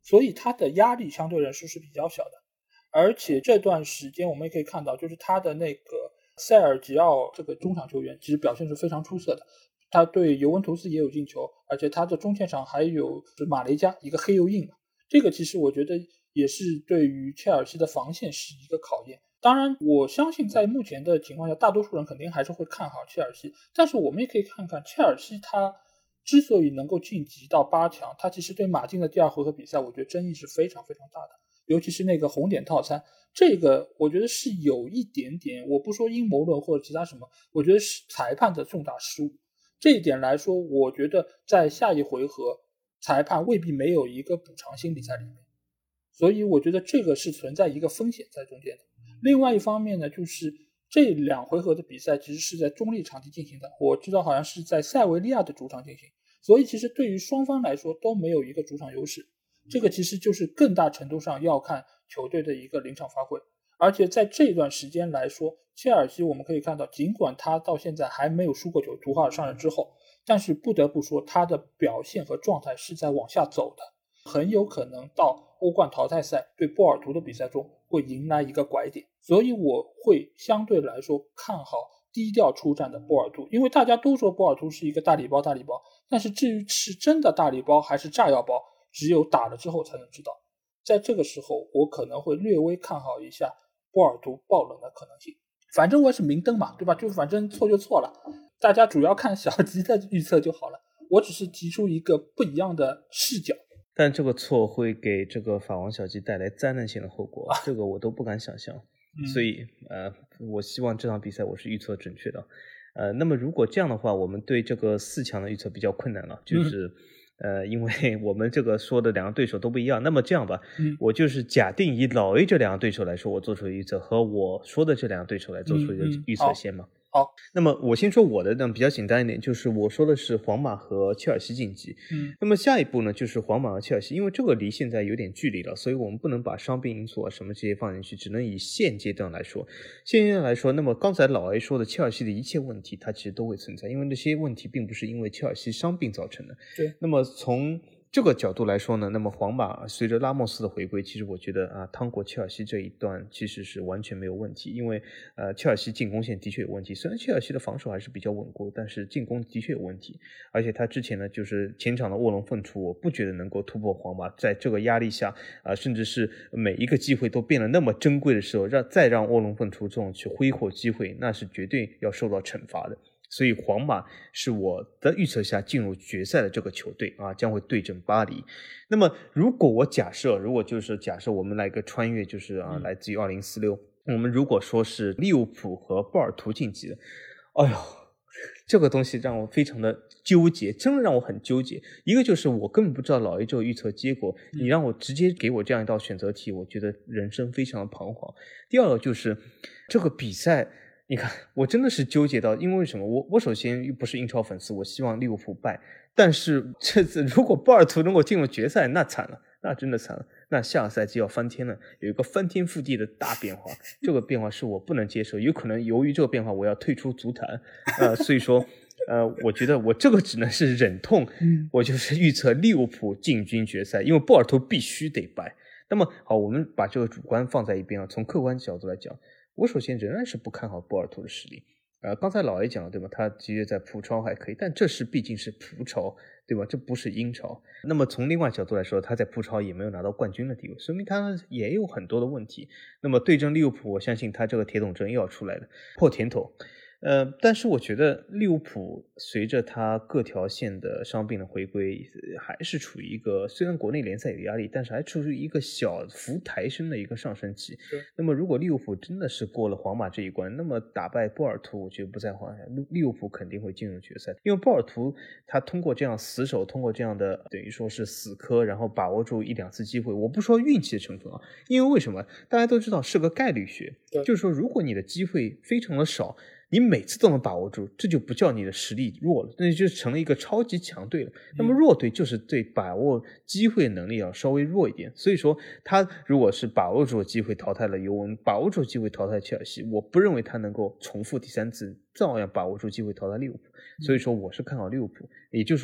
所以他的压力相对来说是比较小的。而且这段时间我们也可以看到，就是他的那个塞尔吉奥这个中场球员其实表现是非常出色的，他对尤文图斯也有进球，而且他的中前场还有马雷加一个黑又硬，这个其实我觉得也是对于切尔西的防线是一个考验。当然我相信在目前的情况下，大多数人肯定还是会看好切尔西，但是我们也可以看看切尔西他之所以能够晋级到8强，他其实对马竞的第2回合比赛我觉得争议是非常非常大的，尤其是那个红点套餐，这个我觉得是有一点点，我不说阴谋论或者其他什么，我觉得是裁判的重大失误。这一点来说，我觉得在下一回合裁判未必没有一个补偿心理在里面，所以我觉得这个是存在一个风险在中间的。另外一方面呢，就是这2回合的比赛其实是在中立场地进行的，我知道好像是在塞维利亚的主场进行，所以其实对于双方来说都没有一个主场优势，这个其实就是更大程度上要看球队的一个临场发挥。而且在这段时间来说，切尔西我们可以看到，尽管他到现在还没有输过球，图赫尔上任之后，但是不得不说他的表现和状态是在往下走的，很有可能到欧冠淘汰赛对波尔图的比赛中会迎来一个拐点，所以我会相对来说看好低调出战的波尔图，因为大家都说波尔图是一个大礼包，但是至于是真的大礼包还是炸药包，只有打了之后才能知道。在这个时候我可能会略微看好一下波尔图爆冷的可能性，反正我是明灯嘛，对吧？就反正错就错了，大家主要看小吉的预测就好了，我只是提出一个不一样的视角。 但这个错会给这个法王小吉带来灾难性的后果，这个我都不敢想象。所以我希望这场比赛我是预测准确的。那么如果这样的话，我们对这个4强的预测比较困难了，就是因为我们这个说的2个对手都不一样。那么这样吧，我就是假定以老 A 这2个对手来说，我做出的预测和我说的这2个对手来做出的预测先嘛。 好， 那么我先说我的比较简单一点，就是我说的是皇马和切尔西晋级。那么下一步呢，就是皇马和切尔西，因为这个离现在有点距离了，所以我们不能把伤病因素啊什么这些放进去，只能以现阶段来说。现阶段来说，那么刚才老 A 说的切尔西的一切问题，它其实都会存在，因为那些问题并不是因为切尔西伤病造成的。 对。 那么从这个角度来说呢，那么皇马随着拉莫斯的回归，其实我觉得趟过切尔西这一段其实是完全没有问题，因为切尔西进攻线的确有问题，虽然切尔西的防守还是比较稳固，但是进攻的确有问题，而且他之前呢就是前场的卧龙凤雏，我不觉得能够突破皇马，在这个压力下甚至是每一个机会都变得那么珍贵的时候，再让卧龙凤雏这种去挥霍机会，那是绝对要受到惩罚的。所以皇马是我的预测下进入决赛的这个球队将会对阵巴黎。那么如果就是假设我们来个穿越，就是来自于2046，我们如果说是利物浦和波尔图晋级的，哎呦，这个东西让我非常的纠结，真的让我很纠结。一个就是我根本不知道老 A 这个预测结果，你让我直接给我这样一道选择题，我觉得人生非常的彷徨。第二个就是这个比赛，你看我真的是纠结到，因为什么？我首先又不是英超粉丝，我希望利物浦败，但是这次如果波尔图能够进入决赛，那惨了，那真的惨了，那下个赛季要翻天了，有一个翻天覆地的大变化，这个变化是我不能接受，有可能由于这个变化我要退出足坛，所以说我觉得我这个只能是忍痛，我就是预测利物浦进军决赛，因为波尔图必须得败。那么好，我们把这个主观放在一边从客观角度来讲，我首先仍然是不看好波尔图的实力。刚才老 A 讲了对吧，他的确在葡超还可以，但这是毕竟是葡超对吧，这不是英超。那么从另外角度来说，他在葡超也没有拿到冠军的地位，说明他也有很多的问题。那么对阵利物浦，我相信他这个铁桶阵又要出来了，破甜头。但是我觉得利物浦随着他各条线的伤病的回归，还是处于一个虽然国内联赛有压力，但是还处于一个小幅抬升的一个上升期。那么如果利物浦真的是过了皇马这一关，那么打败波尔图，我觉得不在话下，利物浦肯定会进入决赛。因为波尔图他通过这样死守，通过这样的等于说是死磕，然后把握住一两次机会，我不说运气的成分因为为什么大家都知道是个概率学，就是说如果你的机会非常的少，你每次都能把握住，这就不叫你的实力弱了，那就成了一个超级强队了。那么弱队就是对把握机会能力要稍微弱一点，所以说他如果是把握住机会淘汰了尤文，把握住机会淘汰切尔西，我不认为他能够重复第三次照样把握住机会淘汰利物浦，所以说我是看好利物浦。也就是说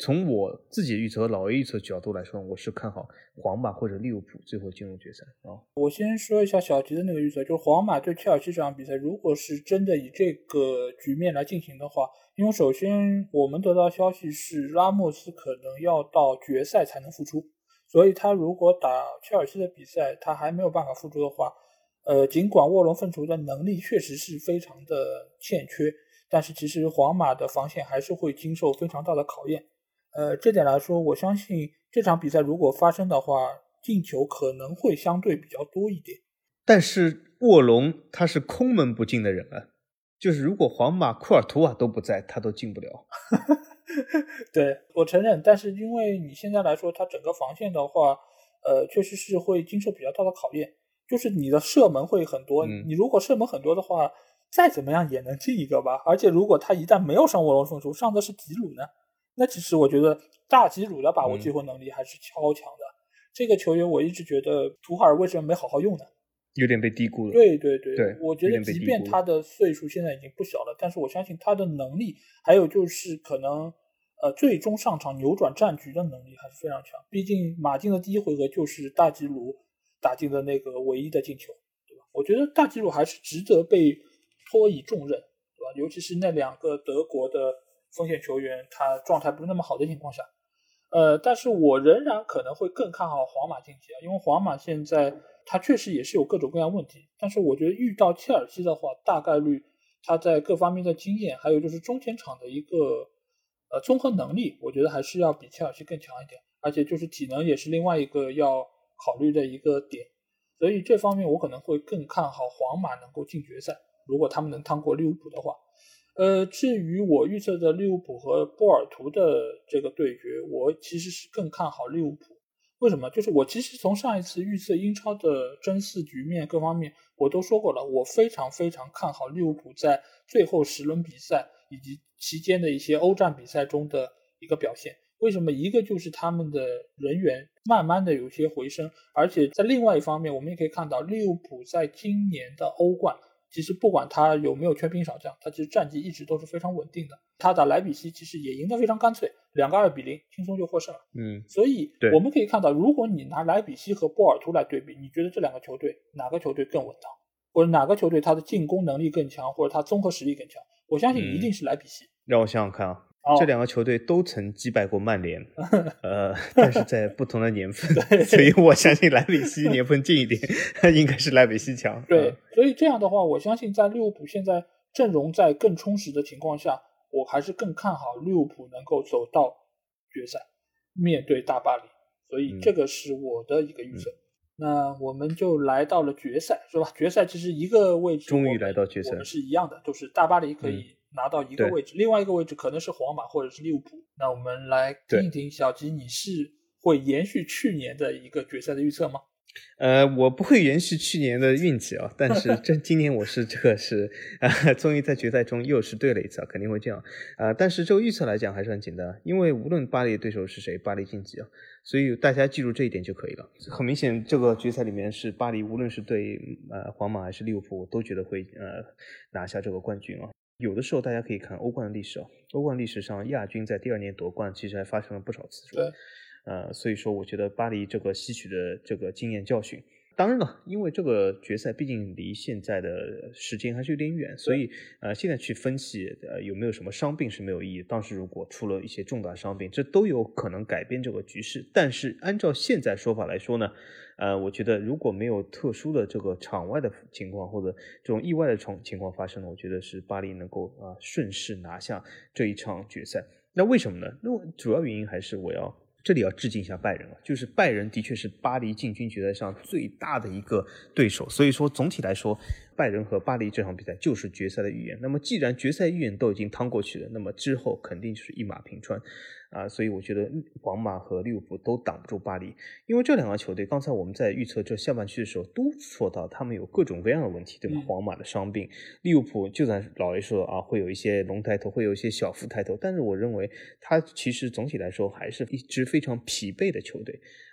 从我自己的预测和老 A 预测角度来说，我是看好皇马或者利物浦最后进入决赛啊。 我先说一下小吉的那个预测，就是皇马对切尔西这场比赛，如果是真的以这个局面来进行的话，因为首先我们得到消息是拉莫斯可能要到决赛才能复出，所以他如果打切尔西的比赛他还没有办法复出的话，尽管沃伦愤除的能力确实是非常的欠缺，但是其实皇马的防线还是会经受非常大的考验。这点来说，我相信这场比赛如果发生的话，进球可能会相对比较多一点。 但是沃隆他是空门不进的人啊，就是如果皇马库尔图瓦都不在，他都进不了。 对，我承认，但是因为你现在来说，他整个防线的话，确实是会经受比较大的考验。就是你的射门会很多，你如果射门很多的话，再怎么样也能进一个吧。而且如果他一旦没有上沃隆愤除，上的是吉鲁呢，那其实我觉得大吉鲁的把握机会能力还是超强的。这个球员我一直觉得图赫尔为什么没好好用呢？ 有点被低估了。 对，我觉得即便他的岁数现在已经不小了，但是我相信他的能力，还有就是可能最终上场扭转战局的能力还是非常强。毕竟马竞的第一回合就是大吉鲁打进的那个唯一的进球，对吧？我觉得大吉鲁还是值得被托以重任，对吧？尤其是那两个德国的锋线球员他状态不是那么好的情况下，但是我仍然可能会更看好皇马晋级啊，因为皇马现在他确实也是有各种各样问题，但是我觉得遇到切尔西的话，大概率他在各方面的经验，还有就是中前场的一个综合能力，我觉得还是要比切尔西更强一点，而且就是体能也是另外一个要考虑的一个点，所以这方面我可能会更看好皇马能够进决赛，如果他们能趟过利物浦的话。至于我预测的利物浦和波尔图的这个对决，我其实是更看好利物浦。为什么？就是我其实从上一次预测英超的争四局面各方面我都说过了，我非常非常看好利物浦在最后10轮比赛以及期间的一些欧战比赛中的一个表现。为什么？一个就是他们的人员慢慢的有些回升，而且在另外一方面我们也可以看到利物浦在今年的欧冠其实不管他有没有全兵少将，他其实战绩一直都是非常稳定的。他打莱比锡其实也赢得非常干脆，2个2比0轻松就获胜了。所以我们可以看到，如果你拿莱比锡和波尔图来对比，你觉得这两个球队哪个球队更稳当，或者哪个球队他的进攻能力更强，或者他综合实力更强？我相信一定是莱比锡。 让我想想看啊。这两个球队都曾击败过曼联，但是在不同的年份，所以我相信莱比锡年份近一点，应该是莱比锡强。 对，所以这样的话，我相信在利物浦现在阵容在更充实的情况下，我还是更看好利物浦能够走到决赛，面对大巴黎。所以这个是我的一个预测。那我们就来到了决赛，是吧？决赛其实一个位置， 终于来到决赛， 我们是一样的，就是大巴黎可以拿到一个位置，另外一个位置可能是皇马或者是利物浦。那我们来听一听小吉，你是会延续去年的一个决赛的预测吗？ 我不会延续去年的运气啊，但是今年我是终于在决赛中又是对了一次，肯定会这样。但是这个预测来讲还是很简单，因为无论巴黎的对手是谁，巴黎晋级啊，所以大家记住这一点就可以了。很明显，这个决赛里面是巴黎，无论是对皇马还是利物浦，我都觉得会拿下这个冠军啊。有的时候大家可以看欧冠的历史啊，欧冠历史上亚军在第2年夺冠其实还发生了不少次数。 对。 所以说我觉得巴黎这个吸取的这个经验教训，当然了，因为这个决赛毕竟离现在的时间还是有点远，所以现在去分析有没有什么伤病是没有意义。当时如果出了一些重大伤病，这都有可能改变这个局势。但是按照现在说法来说呢，我觉得如果没有特殊的这个场外的情况或者这种意外的情况发生呢，我觉得是巴黎能够顺势拿下这一场决赛。那为什么呢？那主要原因还是这里要致敬一下拜仁啊，就是拜仁的确是巴黎进军决赛上最大的一个对手，所以说总体来说，拜仁和巴黎这场比赛就是决赛的预言。那么既然决赛预言都已经趟过去了，那么之后肯定就是一马平川所以我觉得皇马和利物浦都挡不住巴黎，因为这两个球队刚才我们在预测这下半区的时候都说到他们有各种各样的问题，对吧？皇马的伤病，利物浦就算老 A 说会有一些龙抬头，会有一些小副抬头，但是我认为他其实总体来说还是一支非常疲惫的球队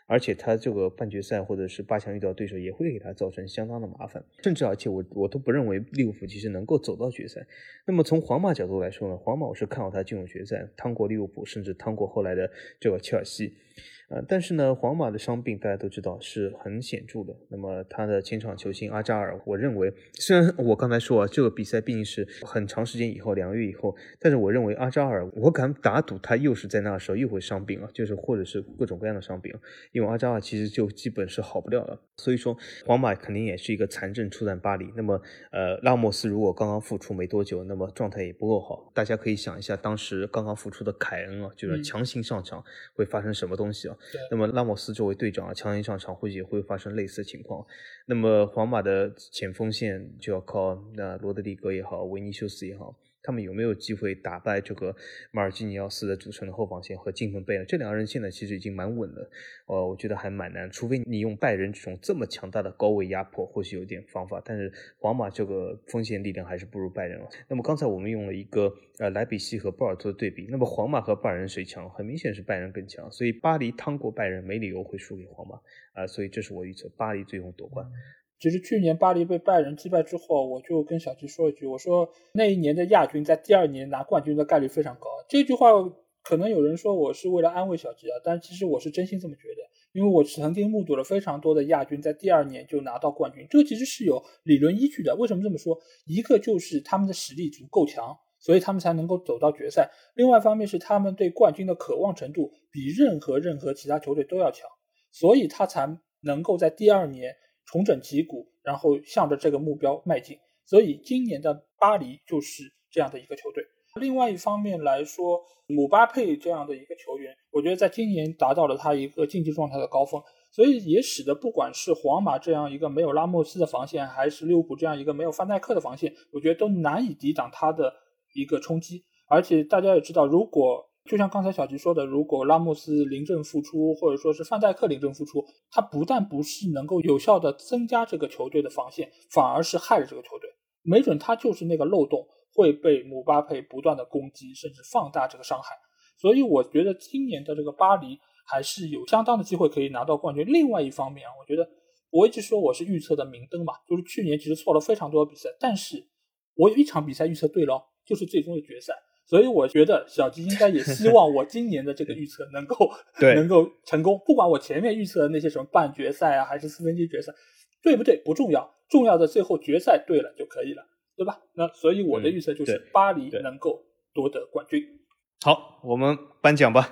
而且他这个半决赛或者是8强遇到对手也会给他造成相当的麻烦，甚至而且我都不认为利物浦其实能够走到决赛。那么从皇马角度来说呢，皇马我是看好他进入决赛，趟过利物浦，甚至趟过后来的这个切尔西。但是呢，皇马的伤病大家都知道是很显著的。那么他的前场球星阿扎尔，我认为虽然我刚才说这个比赛毕竟是很长时间以后2个月以后，但是我认为阿扎尔，我敢打赌他又是在那时候又会伤病就是或者是各种各样的伤病因为阿扎尔其实就基本是好不了了。所以说皇马肯定也是一个残阵出战巴黎。那么拉莫斯如果刚刚复出没多久，那么状态也不够好。大家可以想一下当时刚刚复出的凯恩就是强行上场会发生什么东西那么拉莫斯作为队长强行上场或许也会发生类似情况。那么皇马的前锋线就要靠罗德里戈也好，维尼修斯也好，他们有没有机会打败这个马尔基尼奥斯的组成的后防线和金彭贝尔？这两个人现在其实已经蛮稳了，我觉得还蛮难，除非你用拜仁这种这么强大的高位压迫，或许有点方法，但是皇马这个锋线力量还是不如拜仁那么刚才我们用了一个莱比锡和波尔图的对比，那么皇马和拜仁谁强？很明显是拜仁更强，所以巴黎趟过拜仁没理由会输给皇马所以这是我预测巴黎最终夺冠。 其实去年巴黎被拜仁击败之后，我就跟小吉说一句，我说那一年的亚军在第2年拿冠军的概率非常高。这句话可能有人说我是为了安慰小吉但其实我是真心这么觉得，因为我曾经目睹了非常多的亚军在第2年就拿到冠军，这个其实是有理论依据的。为什么这么说？一个就是他们的实力足够强，所以他们才能够走到决赛。另外一方面是他们对冠军的渴望程度比任何其他球队都要强，所以他才能够在第2年重整旗鼓，然后向着这个目标迈进。所以今年的巴黎就是这样的一个球队。另外一方面来说，姆巴佩这样的一个球员，我觉得在今年达到了他一个竞技状态的高峰，所以也使得不管是皇马这样一个没有拉莫斯的防线，还是利物浦这样一个没有范戴克的防线，我觉得都难以抵挡他的一个冲击。而且大家也知道，如果就像刚才小吉说的，如果拉莫斯临阵复出，或者说是范戴克临阵复出，他不但不是能够有效的增加这个球队的防线，反而是害了这个球队。没准他就是那个漏洞，会被姆巴佩不断的攻击，甚至放大这个伤害。所以我觉得今年的这个巴黎还是有相当的机会可以拿到冠军。另外一方面我觉得我一直说我是预测的明灯嘛，就是去年其实错了非常多的比赛，但是我有一场比赛预测对了，就是最终的决赛。所以我觉得小吉应该也希望我今年的这个预测能够成功。不管我前面预测的那些什么半决赛还是4分之一决赛，对不对不重要，重要的最后决赛对了就可以了，对吧？那所以我的预测就是巴黎能够夺得冠军。 好，我们颁奖吧。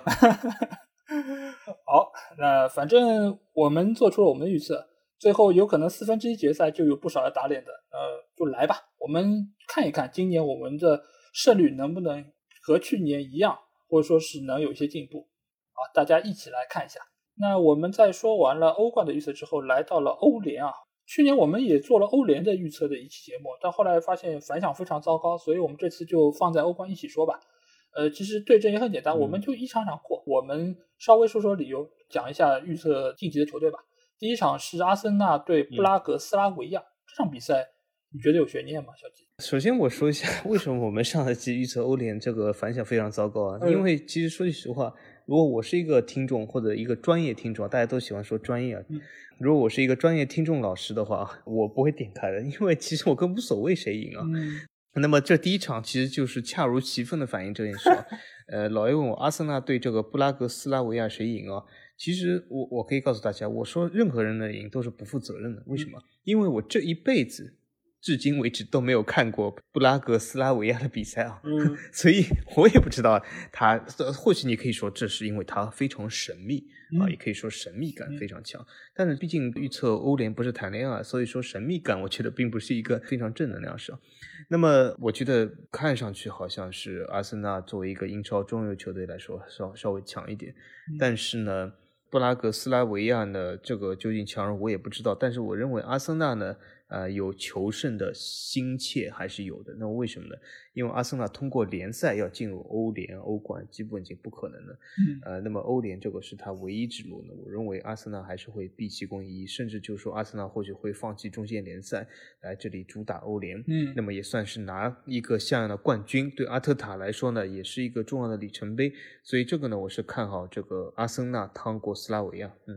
好，那反正我们做出了我们的预测，最后有可能4分之一决赛就有不少的打脸的，就来吧，我们看一看今年我们的胜率能不能和去年一样，或者说是能有一些进步大家一起来看一下。那我们在说完了欧冠的预测之后，来到了欧联去年我们也做了欧联的预测的一期节目，但后来发现反响非常糟糕，所以我们这次就放在欧冠一起说吧。其实对阵也很简单，我们就一场场过，我们稍微说说理由，讲一下预测晋级的球队吧。第一场是阿森纳对布拉格斯拉维亚，这场比赛你觉得有悬念吗，小吉？ 首先我说一下为什么我们上一期预测欧联这个反响非常糟糕因为其实说句实话，如果我是一个听众或者一个专业听众，大家都喜欢说专业如果我是一个专业听众老师的话，我不会点开的，因为其实我更无所谓谁赢那么这第一场其实就是恰如其分的反映这件事老爷问我阿森纳对这个布拉格斯拉维亚谁赢其实我可以告诉大家，我说任何人的赢都是不负责任的。为什么？因为我这一辈子至今为止都没有看过布拉格斯拉维亚的比赛所以我也不知道他，或许你可以说这是因为他非常神秘也可以说神秘感非常强但是毕竟预测欧联不是谈恋爱，所以说神秘感我觉得并不是一个非常正能量的事那么我觉得看上去好像是阿森纳作为一个英超中游球队来说稍微强一点但是呢布拉格斯拉维亚呢这个究竟强人我也不知道，但是我认为阿森纳呢有求胜的心切还是有的。那为什么呢？因为阿森纳通过联赛要进入欧联欧冠基本已经不可能了那么欧联这个是他唯一之路呢，我认为阿森纳还是会毕其功于一役，甚至就是说阿森纳或许会放弃中间联赛来这里主打欧联那么也算是拿一个像样的冠军，对阿特塔来说呢也是一个重要的里程碑，所以这个呢我是看好这个阿森纳趟过斯拉维亚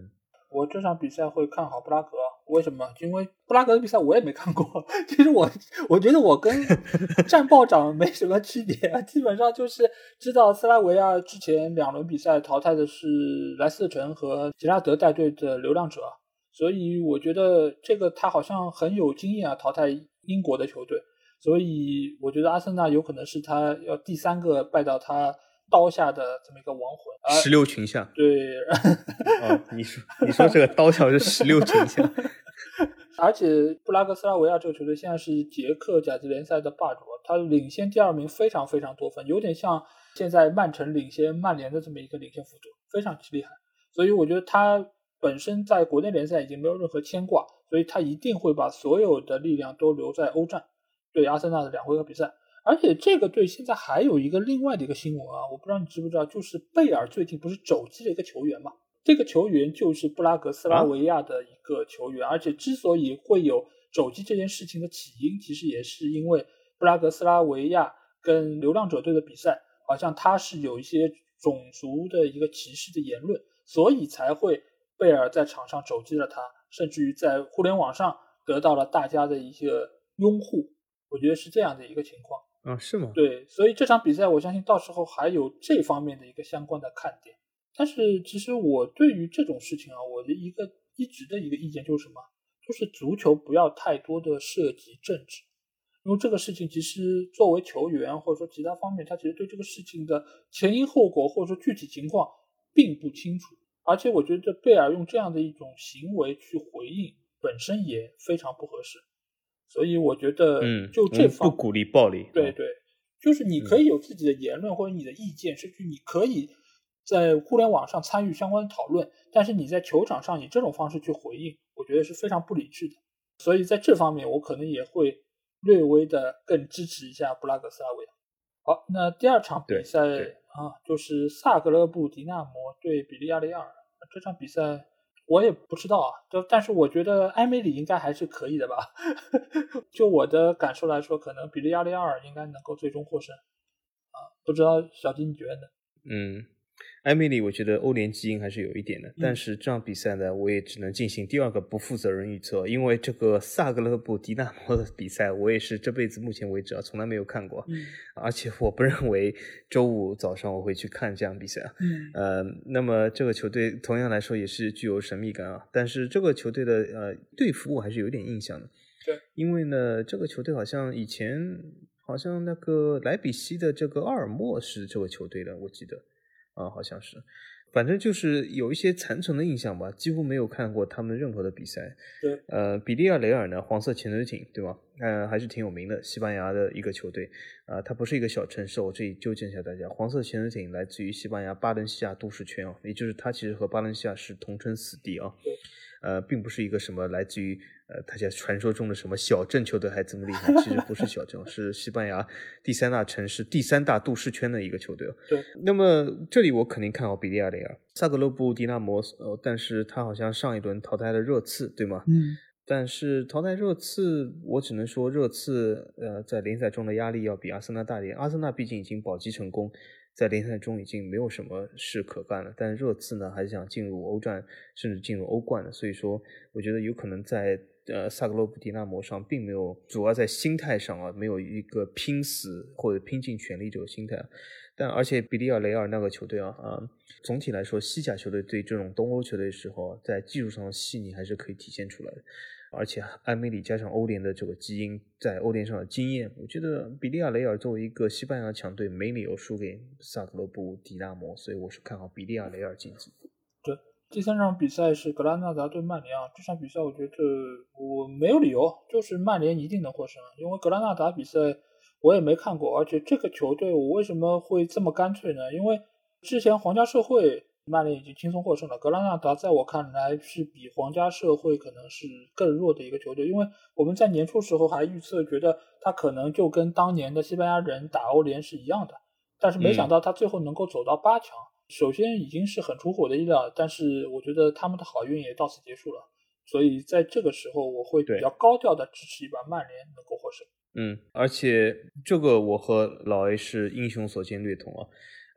我这场比赛会看好布拉格。为什么？因为布拉格的比赛我也没看过。其实我觉得我跟战报长没什么区别啊，基本上就是知道斯拉维亚之前2轮比赛淘汰的是莱斯特城和吉拉德带队的流浪者，所以我觉得这个他好像很有经验啊，淘汰英国的球队。所以我觉得阿森纳有可能是他要第3个拜到他刀下的这么一个亡魂。 16群下。 对。 你说这个刀下是16群下。 而且布拉格斯拉维亚这个球队现在是捷克甲级联赛的霸主，他领先第2名非常非常多分，有点像现在曼城领先曼联的这么一个领先幅度，非常厉害。所以我觉得他本身在国内联赛已经没有任何牵挂，所以他一定会把所有的力量都留在欧战对阿森纳的2回合比赛。而且这个队现在还有一个另外的一个新闻啊，我不知道你知不知道，就是贝尔最近不是肘击了一个球员嘛？这个球员就是布拉格斯拉维亚的一个球员，而且之所以会有肘击这件事情的起因，其实也是因为布拉格斯拉维亚跟流浪者队的比赛，好像他是有一些种族的一个歧视的言论，所以才会贝尔在场上肘击了他，甚至于在互联网上得到了大家的一些拥护，我觉得是这样的一个情况。 是吗？ 对，所以这场比赛我相信到时候还有这方面的一个相关的看点。但是其实我对于这种事情啊，我的一直的一个意见就是什么？就是足球不要太多的涉及政治，因为这个事情其实作为球员或者说其他方面，他其实对这个事情的前因后果或者说具体情况并不清楚。而且我觉得贝尔用这样的一种行为去回应本身也非常不合适。所以我觉得就这方面， 不鼓励暴力。 对对，就是你可以有自己的言论或者你的意见，甚至你可以在互联网上参与相关的讨论，但是你在球场上以这种方式去回应，我觉得是非常不理智的。所以在这方面我可能也会略微的更支持一下布拉格斯拉维亚。好，那第2场比赛就是萨格勒布迪纳摩对比利亚雷亚尔。这场比赛我也不知道啊，但是我觉得埃梅里应该还是可以的吧。就我的感受来说，可能比利亚雷亚尔应该能够最终获胜不知道小金你觉得呢？ 埃梅里我觉得欧联基因还是有一点的，但是这场比赛呢，我也只能进行第2个不负责任预测，因为这个萨格勒布迪纳摩的比赛我也是这辈子目前为止从来没有看过，而且我不认为周五早上我会去看这样比赛那么这个球队同样来说也是具有神秘感啊，但是这个球队的队服我还是有点印象的， 对， 因为呢这个球队好像以前那个莱比锡的这个奥尔默是这个球队的，我记得好像是，反正就是有一些残存的印象吧，几乎没有看过他们任何的比赛。 对， 比利亚雷尔呢，黄色潜水艇，对吧？还是挺有名的，西班牙的一个球队。它不是一个小城市，我这里纠正一下大家，黄色潜水艇来自于西班牙巴伦西亚都市圈也就是它其实和巴伦西亚是同称死地并不是一个什么来自于大家传说中的什么小镇球队还这么厉害，其实不是小镇，是西班牙第3大城市、第3大都市圈的一个球队。 对， 那么这里我肯定看好比利亚雷尔、萨格勒布迪纳摩，但是他好像上一轮淘汰了热刺，对吗？但是淘汰热刺，我只能说热刺在联赛中的压力要比阿森纳大一点。阿森纳毕竟已经保级成功，在联赛中已经没有什么事可干了，但热刺呢还是想进入欧战甚至进入欧冠的，所以说我觉得有可能在萨格勒布迪纳摩上并没有，主要在心态上没有一个拼死或者拼尽全力这个心态但而且比利亚雷尔那个球队总体来说西甲球队对这种东欧球队的时候，在技术上的细腻还是可以体现出来的，而且埃梅里加上欧联的这个基因，在欧联上的经验，我觉得比利亚雷尔作为一个西班牙强队没理由输给萨格勒布迪纳摩，所以我是看好比利亚雷尔晋级。 对，第3场比赛是格拉纳达对曼联这场比赛我觉得我没有理由，就是曼联一定能获胜，因为格拉纳达比赛我也没看过，而且这个球队我为什么会这么干脆呢？因为之前皇家社会曼联已经轻松获胜了，格拉纳达在我看来是比皇家社会可能是更弱的一个球队，因为我们在年初时候还预测觉得他可能就跟当年的西班牙人打欧联是一样的，但是没想到他最后能够走到8强，首先已经是很出乎我的意料，但是我觉得他们的好运也到此结束了，所以在这个时候我会比较高调的支持一把曼联能够获胜。 而且这个我和老 A 是英雄所见略同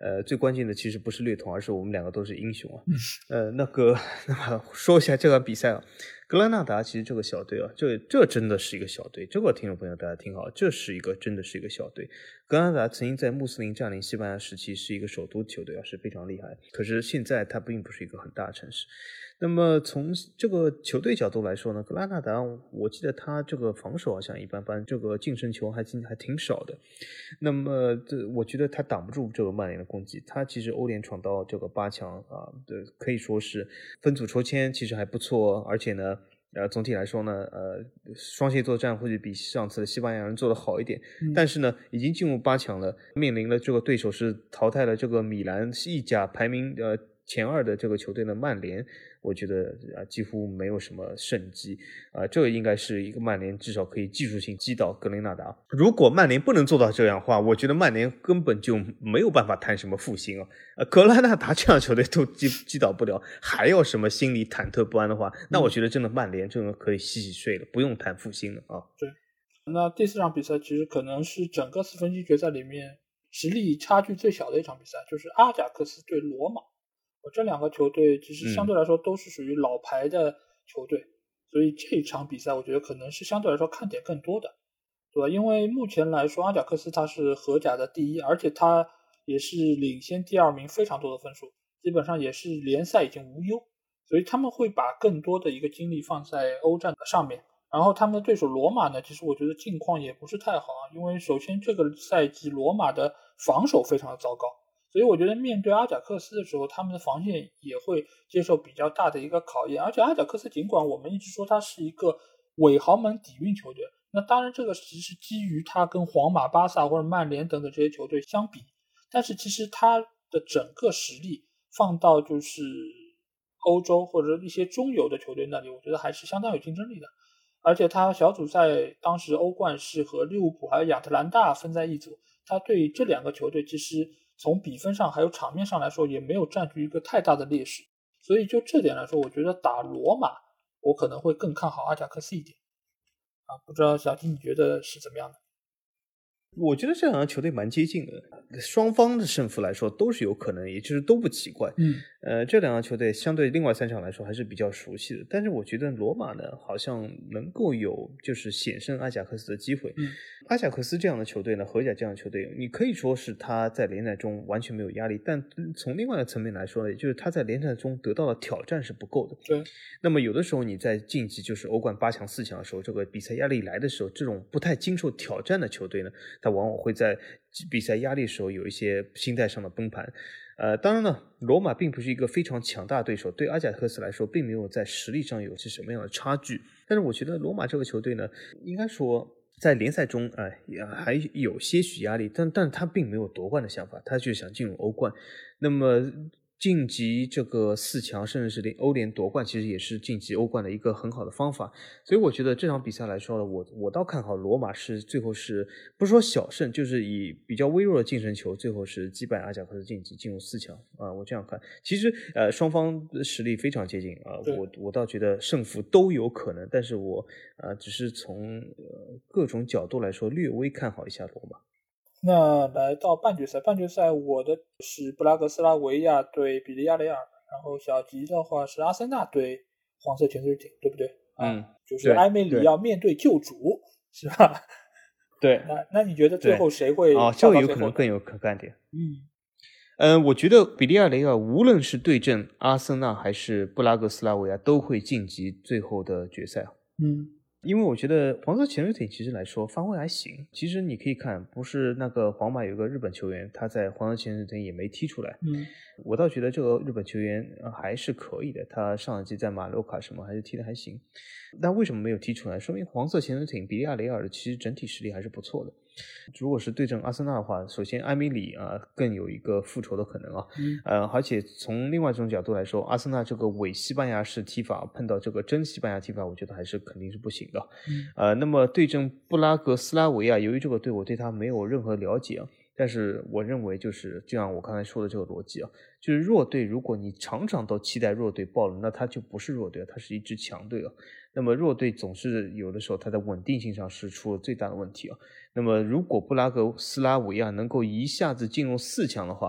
最关键的其实不是略同，而是我们两个都是英雄啊。那么说一下这场比赛啊，格拉纳达其实这个小队啊，这真的是一个小队，这个听众朋友大家听好，真的是一个小队。格拉纳达曾经在穆斯林占领西班牙时期是一个首都球队啊，是非常厉害。可是现在它并不是一个很大的城市。那么从这个球队角度来说呢，格拉纳达我记得他这个防守好像一般般，这个净胜球还挺少的。那么我觉得他挡不住这个曼联的攻击。他其实欧联闯到这个8强啊，可以说是分组抽签其实还不错，而且呢总体来说呢双线作战或者比上次的西班牙人做得好一点。但是呢已经进入8强了，面临了这个对手是淘汰了这个米兰意甲排名前2的这个球队的曼联，我觉得几乎没有什么胜机这应该是一个曼联至少可以技术性击倒格雷纳达。如果曼联不能做到这样的话，我觉得曼联根本就没有办法谈什么复兴格雷纳达这样的球队都击倒不了，还要什么心里忐忑不安的话，那我觉得真的曼联真的可以洗洗睡了，不用谈复兴了对，那第4场比赛其实可能是整个4分之一决赛里面实力差距最小的一场比赛，就是阿贾克斯对罗马。这两个球队其实相对来说都是属于老牌的球队，所以这场比赛我觉得可能是相对来说看点更多的，对吧？因为目前来说阿贾克斯他是荷甲的第1，而且他也是领先第2名非常多的分数，基本上也是联赛已经无忧，所以他们会把更多的一个精力放在欧战的上面。然后他们的对手罗马呢，其实我觉得近况也不是太好因为首先这个赛季罗马的防守非常的糟糕，所以我觉得面对阿贾克斯的时候，他们的防线也会接受比较大的一个考验。而且阿贾克斯尽管我们一直说他是一个伪豪门底蕴球队，那当然这个其实基于他跟皇马、巴萨或者曼联等等这些球队相比，但是其实他的整个实力放到就是欧洲或者一些中游的球队那里，我觉得还是相当有竞争力的。而且他小组赛当时欧冠是和利物浦还有亚特兰大分在一组，他对这两个球队其实从比分上还有场面上来说也没有占据一个太大的劣势，所以就这点来说，我觉得打罗马我可能会更看好阿贾克斯一点不知道小弟你觉得是怎么样的？ 我觉得这两个球队蛮接近的，双方的胜负来说都是有可能，也就是都不奇怪。这两个球队相对另外3场来说还是比较熟悉的，但是我觉得罗马呢好像能够有就是险胜阿贾克斯的机会。阿贾克斯这样的球队呢，荷甲这样的球队，你可以说是他在联赛中完全没有压力，但从另外的层面来说呢，就是他在联赛中得到的挑战是不够的。 对， 那么有的时候你在晋级就是欧冠8强、4强的时候，这个比赛压力来的时候，这种不太经受挑战的球队呢，他往往会在比赛压力的时候有一些心态上的崩盘。当然呢，罗马并不是一个非常强大的对手，对阿贾克斯来说并没有在实力上有些什么样的差距。但是我觉得罗马这个球队呢，应该说在联赛中也还有些许压力，但他并没有夺冠的想法，他就想进入欧冠。那么晋级这个4强甚至是欧联夺冠，其实也是晋级欧冠的一个很好的方法。所以我觉得这场比赛来说呢，我倒看好罗马是最后是不是说小胜，就是以比较微弱的净胜球最后是击败阿贾克斯晋级进入4强我这样看，其实双方的实力非常接近我倒觉得胜负都有可能，但是我只是从各种角度来说略微看好一下罗马。 那来到半决赛，我的是布拉格斯拉维亚对比利亚雷尔，然后小吉的话是阿森纳对黄色潜水艇，对不对？就是埃梅里要面对旧主，是吧？ 对。 那你觉得最后谁会这个有可能更有可看点。我觉得比利亚雷尔无论是对阵阿森纳还是布拉格斯拉维亚都会晋级最后的决赛。因为我觉得黄色潜水艇其实来说发挥还行，其实你可以看，不是那个皇马有个日本球员，他在黄色潜水艇也没踢出来。我倒觉得这个日本球员还是可以的，他上一季在马洛卡什么还是踢得还行。但为什么没有踢出来？说明黄色潜水艇比利亚雷尔的其实整体实力还是不错的。如果是对阵阿森纳的话，首先埃米里更有一个复仇的可能而且从另外一种角度来说，阿森纳这个伪西班牙式踢法碰到这个真西班牙踢法，我觉得还是肯定是不行的。那么对阵布拉格斯拉维亚，由于这个队我对他没有任何了解但是我认为就是就像我刚才说的这个逻辑就是弱队如果你场场都期待弱队爆了，那他就不是弱队，他是一支强队那么弱队总是有的时候他在稳定性上是出了最大的问题那么如果布拉格斯拉维亚能够一下子进入4强的话，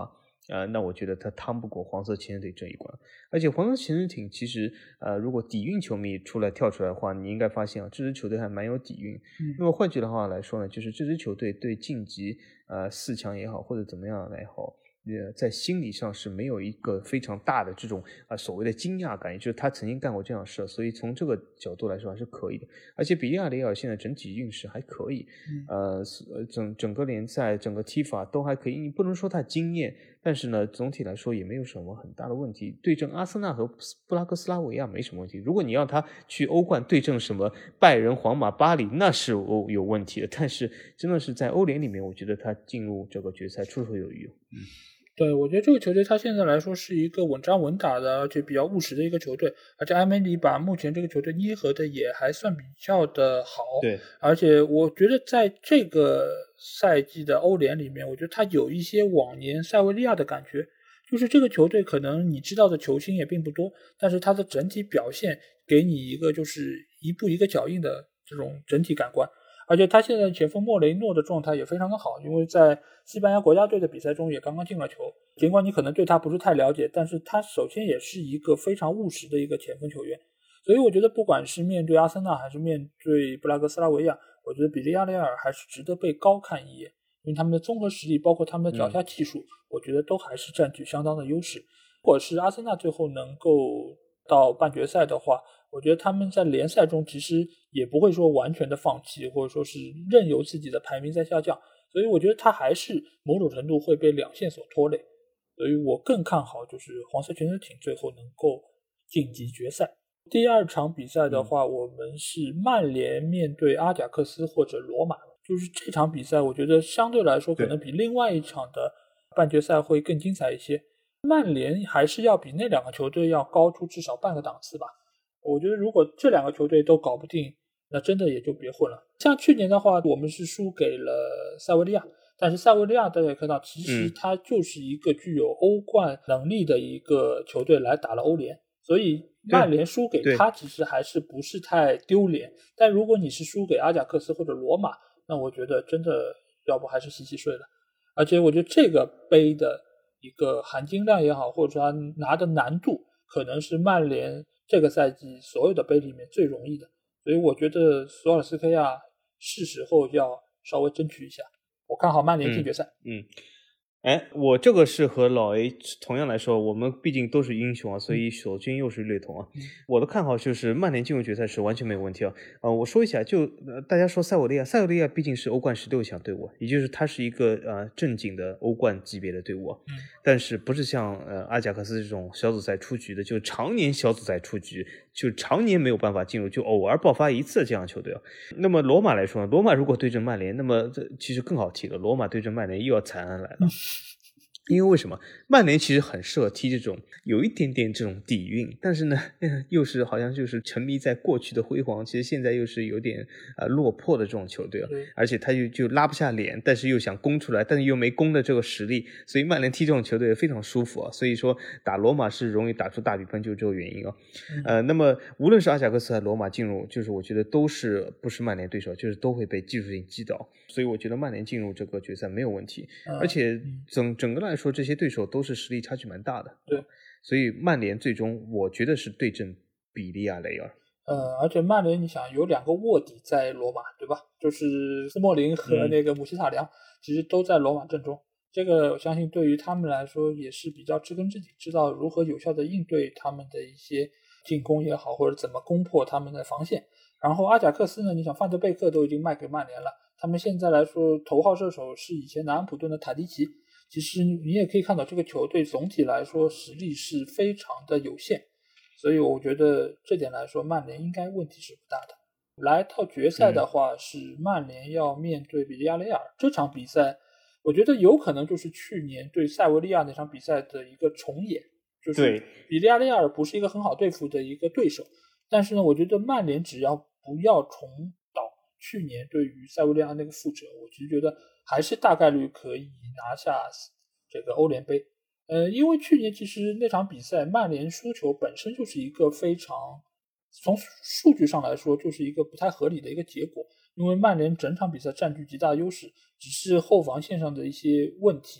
那我觉得他趟不过黄色潜水队这一关。而且黄色潜水艇其实如果底蕴球迷跳出来的话，你应该发现这支球队还蛮有底蕴。那么换句话来说呢，就是这支球队对晋级4强也好，或者怎么样也好，在心理上是没有一个非常大的这种所谓的惊讶感，也就是他曾经干过这样的事，所以从这个角度来说还是可以的。而且比利亚雷尔现在整体运势还可以，整个联赛整个踢法都还可以，你不能说他惊艳，但是呢总体来说也没有什么很大的问题。对阵阿森纳和布拉格斯拉维亚没什么问题，如果你让他去欧冠对阵什么拜仁、皇马、巴黎，那是有问题的。但是真的是在欧联里面，我觉得他进入这个决赛绰绰有余。 对，我觉得这个球队他现在来说是一个稳扎稳打的，而且比较务实的一个球队，而且埃梅里把目前这个球队捏合的也还算比较的好。 对， 而且我觉得在这个赛季的欧联里面，我觉得他有一些往年塞维利亚的感觉，就是这个球队可能你知道的球星也并不多，但是他的整体表现给你一个就是一步一个脚印的这种整体感官。而且他现在前锋莫雷诺的状态也非常的好，因为在西班牙国家队的比赛中也刚刚进了球。尽管你可能对他不是太了解，但是他首先也是一个非常务实的一个前锋球员。所以我觉得不管是面对阿森纳还是面对布拉格斯拉维亚，我觉得比利亚雷尔还是值得被高看一眼，因为他们的综合实力包括他们的脚下技术，我觉得都还是占据相当的优势。如果是阿森纳最后能够到半决赛的话，我觉得他们在联赛中其实也不会说完全的放弃，或者说是任由自己的排名在下降，所以我觉得他还是某种程度会被两线所拖累，所以我更看好就是黄色潜水艇最后能够晋级决赛。第二场比赛的话，我们是曼联面对阿贾克斯或者罗马，就是这场比赛我觉得相对来说可能比另外一场的半决赛会更精彩一些。曼联还是要比那两个球队要高出至少半个档次吧。我觉得如果这两个球队都搞不定，那真的也就别混了。像去年的话，我们是输给了塞维利亚，但是塞维利亚大家也看到，其实它就是一个具有欧冠能力的一个球队来打了欧联，所以曼联输给他其实还是不是太丢脸。但如果你是输给阿贾克斯或者罗马，那我觉得真的要不还是洗洗睡了。而且我觉得这个杯的一个含金量也好，或者说他拿的难度，可能是曼联这个赛季所有的杯里面最容易的，所以我觉得索尔斯克亚是时候要稍微争取一下。我看好曼联进决赛。 我这个是和老 A 同样来说，我们毕竟都是英雄啊，所以首先又是略同啊。我的看好就是曼联进入决赛是完全没有问题啊。我说一下，大家说塞维利亚毕竟是欧冠16强队伍，也就是它是一个正经的欧冠级别的队伍，但是不是像阿贾克斯这种小组赛出局的，就常年小组赛出局，就常年没有办法进入，就偶尔爆发一次这样的球队啊。那么罗马来说呢，罗马如果对阵曼联，那么这其实更好踢了，罗马对阵曼联又要惨案来了。因为为什么曼联其实很适合踢这种有一点点这种底蕴，但是呢又是好像就是沉迷在过去的辉煌，其实现在又是有点落魄的这种球队了，而且他就拉不下脸，但是又想攻出来，但是又没攻的这个实力，所以曼联踢这种球队非常舒服啊。所以说打罗马是容易打出大比分，就是这个原因啊。那么无论是阿贾克斯还是罗马进入，就是我觉得都是不是曼联对手，就是都会被技术性击倒，所以我觉得曼联进入这个决赛没有问题，而且整个来说这些对手都是实力差距蛮大的， 对， 所以曼联最终我觉得是对阵比利亚雷尔。 而且曼联你想有两个卧底在罗马，对吧？就是斯莫林和那个姆希塔良，其实都在罗马阵中。这个我相信对于他们来说也是比较知根知底，知道如何有效的应对他们的一些进攻也好，或者怎么攻破他们的防线。然后阿贾克斯呢，你想范德贝克都已经卖给曼联了，他们现在来说头号射手是以前南安普顿的塔迪奇。其实你也可以看到这个球队总体来说实力是非常的有限，所以我觉得这点来说曼联应该问题是不大的。来到决赛的话，是曼联要面对比利亚雷尔。这场比赛我觉得有可能就是去年对塞维利亚那场比赛的一个重演，就是比利亚雷尔不是一个很好对付的一个对手，但是呢我觉得曼联只要不要重蹈去年对于塞维利亚那个覆辙，我其实觉得还是大概率可以拿下这个欧联杯。因为去年其实那场比赛曼联输球本身就是一个非常从数据上来说就是一个不太合理的一个结果，因为曼联整场比赛占据极大优势，只是后防线上的一些问题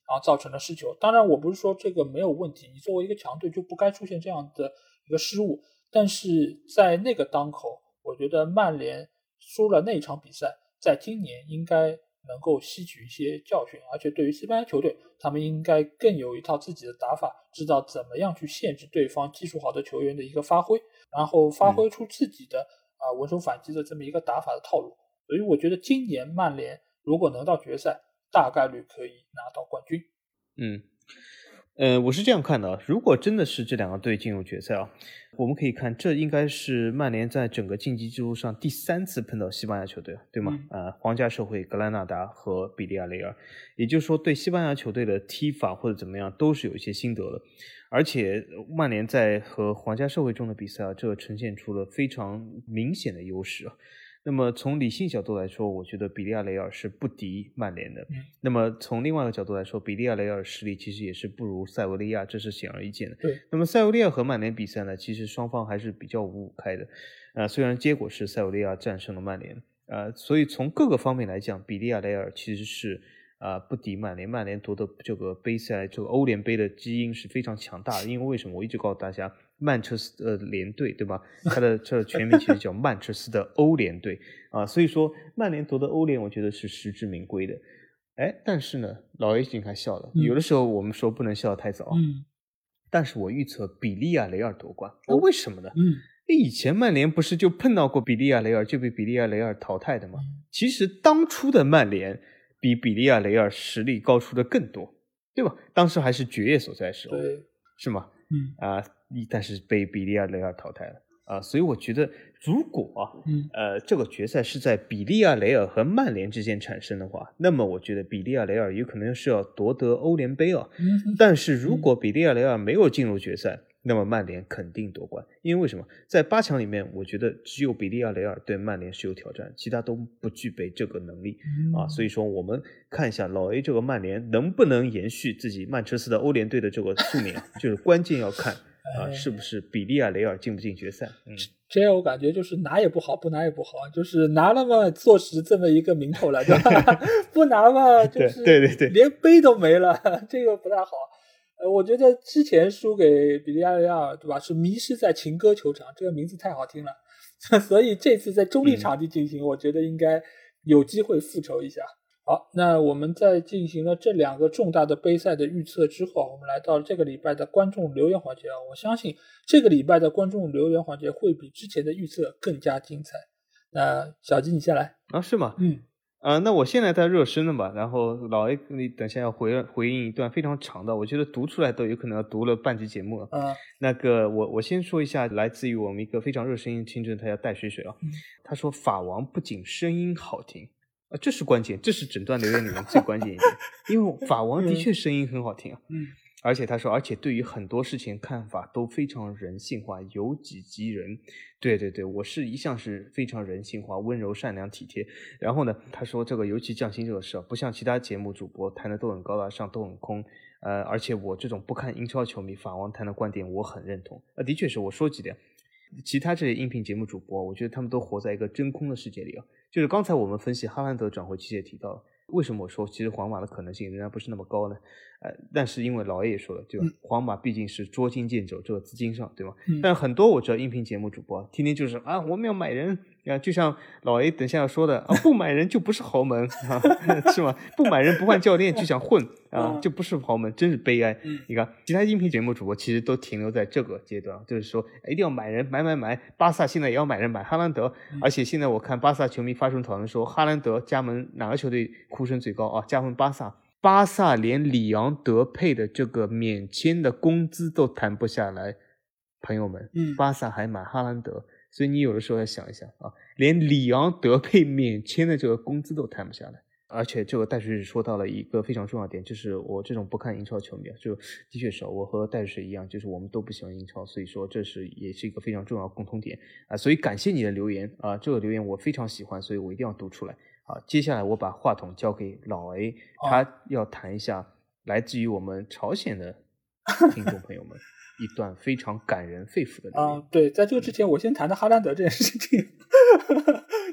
然后造成了失球。当然我不是说这个没有问题，你作为一个强队就不该出现这样的一个失误，但是在那个当口，我觉得曼联输了那场比赛，在今年应该能够吸取一些教训，而且对于西班牙球队，他们应该更有一套自己的打法，知道怎么样去限制对方技术好的球员的一个发挥，然后发挥出自己的稳守反击的这么一个打法的套路。所以我觉得今年曼联如果能到决赛，大概率可以拿到冠军。 我是这样看的啊，如果真的是这两个队进入决赛啊，我们可以看这应该是曼联在整个晋级之路上第3次碰到西班牙球队，对吗？皇家社会、格兰纳达和比利亚雷尔，也就是说对西班牙球队的踢法或者怎么样都是有一些心得的。而且曼联在和皇家社会中的比赛啊，这呈现出了非常明显的优势啊。那么从理性角度来说，我觉得比利亚雷尔是不敌曼联的。那么从另外一个角度来说，比利亚雷尔实力其实也是不如塞维利亚，这是显而易见的。 对。 那么塞维利亚和曼联比赛呢，其实双方还是比较五五开的。虽然结果是塞维利亚战胜了曼联，所以从各个方面来讲，比利亚雷尔其实是不敌曼联。曼联夺得这个杯赛，这个欧联杯的基因是非常强大的。因为为什么？我一直告诉大家，曼彻斯特联队，对吧？它的这全名其实叫曼彻斯特欧联队所以说曼联夺得欧联，我觉得是实至名归的。但是呢，老 A 已经笑了。有的时候我们说不能笑得太早，但是我预测比利亚雷尔夺冠。那为什么呢？以前曼联不是就碰到过比利亚雷尔，就被比利亚雷尔淘汰的吗？其实当初的曼联比比利亚雷尔实力高出的更多，对吧？当时还是爵业所在的时候，是吗？但是被比利亚雷尔淘汰了所以我觉得如果这个决赛是在比利亚雷尔和曼联之间产生的话，那么我觉得比利亚雷尔有可能是要夺得欧联杯但是如果比利亚雷尔没有进入决赛，那么曼联肯定夺冠。因为为什么？在8强里面，我觉得只有比利亚雷尔对曼联是有挑战，其他都不具备这个能力所以说我们看一下老 A 这个曼联能不能延续自己曼彻斯特欧联队的这个宿命就是关键要看是不是比利亚雷尔进不进决赛。 这样我感觉就是拿也不好，不拿也不好，就是拿了嘛坐实这么一个名头了，对吧？不拿嘛就是对连杯都没了，这个不太好。我觉得之前输给比利亚雷尔，对吧？是迷失在情歌球场，这个名字太好听了，所以这次在中立场地进行，我觉得应该有机会复仇一下。好，那我们在进行了这2个重大的杯赛的预测之后，我们来到这个礼拜的观众留言环节我相信这个礼拜的观众留言环节会比之前的预测更加精彩。那小鸡你先来是吗？那我现在在热身了吧，然后老 A 你等下要回应一段非常长的，我觉得读出来都有可能要读了半集节目了。那个我先说一下，来自于我们一个非常热心的听众，他叫带水水他说法王不仅声音好听这是关键，这是整段留言里面最关键一点因为法王的确声音很好听而且他说，而且对于很多事情看法都非常人性化，由己及人。对，我是一向是非常人性化、温柔、善良、体贴。然后呢，他说这个尤其降薪这个事不像其他节目主播谈的都很高大上，都很空。而且我这种不看英超球迷，法王谈的观点我很认同。的确是，我说几点。其他这些音频节目主播，我觉得他们都活在一个真空的世界里就是刚才我们分析哈兰德转会，其实也提到了。为什么我说其实皇马的可能性仍然不是那么高呢？但是因为老 A 也说了，对吧？皇马毕竟是捉襟见肘，这个资金上，对吧？但很多我知道音频节目主播天天就是我们要买人就像老 A 等下要说的不买人就不是豪门是吗？不买人不换教练就想混就不是豪门，真是悲哀。你看其他音频节目主播其实都停留在这个阶段，就是说一定要买人，买，巴萨现在也要买人，买哈兰德。而且现在我看巴萨球迷发生讨论说，哈兰德加盟哪个球队呼声最高加盟巴萨。巴萨连里昂德佩的这个免签的工资都谈不下来，朋友们巴萨还买哈兰德，所以你有的时候要想一想连里昂德佩免签的这个工资都谈不下来。而且这个戴水说到了一个非常重要的点，就是我这种不看英超球迷就的确是我和戴水一样，就是我们都不喜欢英超，所以说这也是一个非常重要的共同点所以感谢你的留言这个留言我非常喜欢，所以我一定要读出来接下来我把话筒交给老 A，他要谈一下来自于我们朝鲜的听众朋友们一段非常感人肺腑的留言对，在这个之前我先谈谈哈兰德这件事情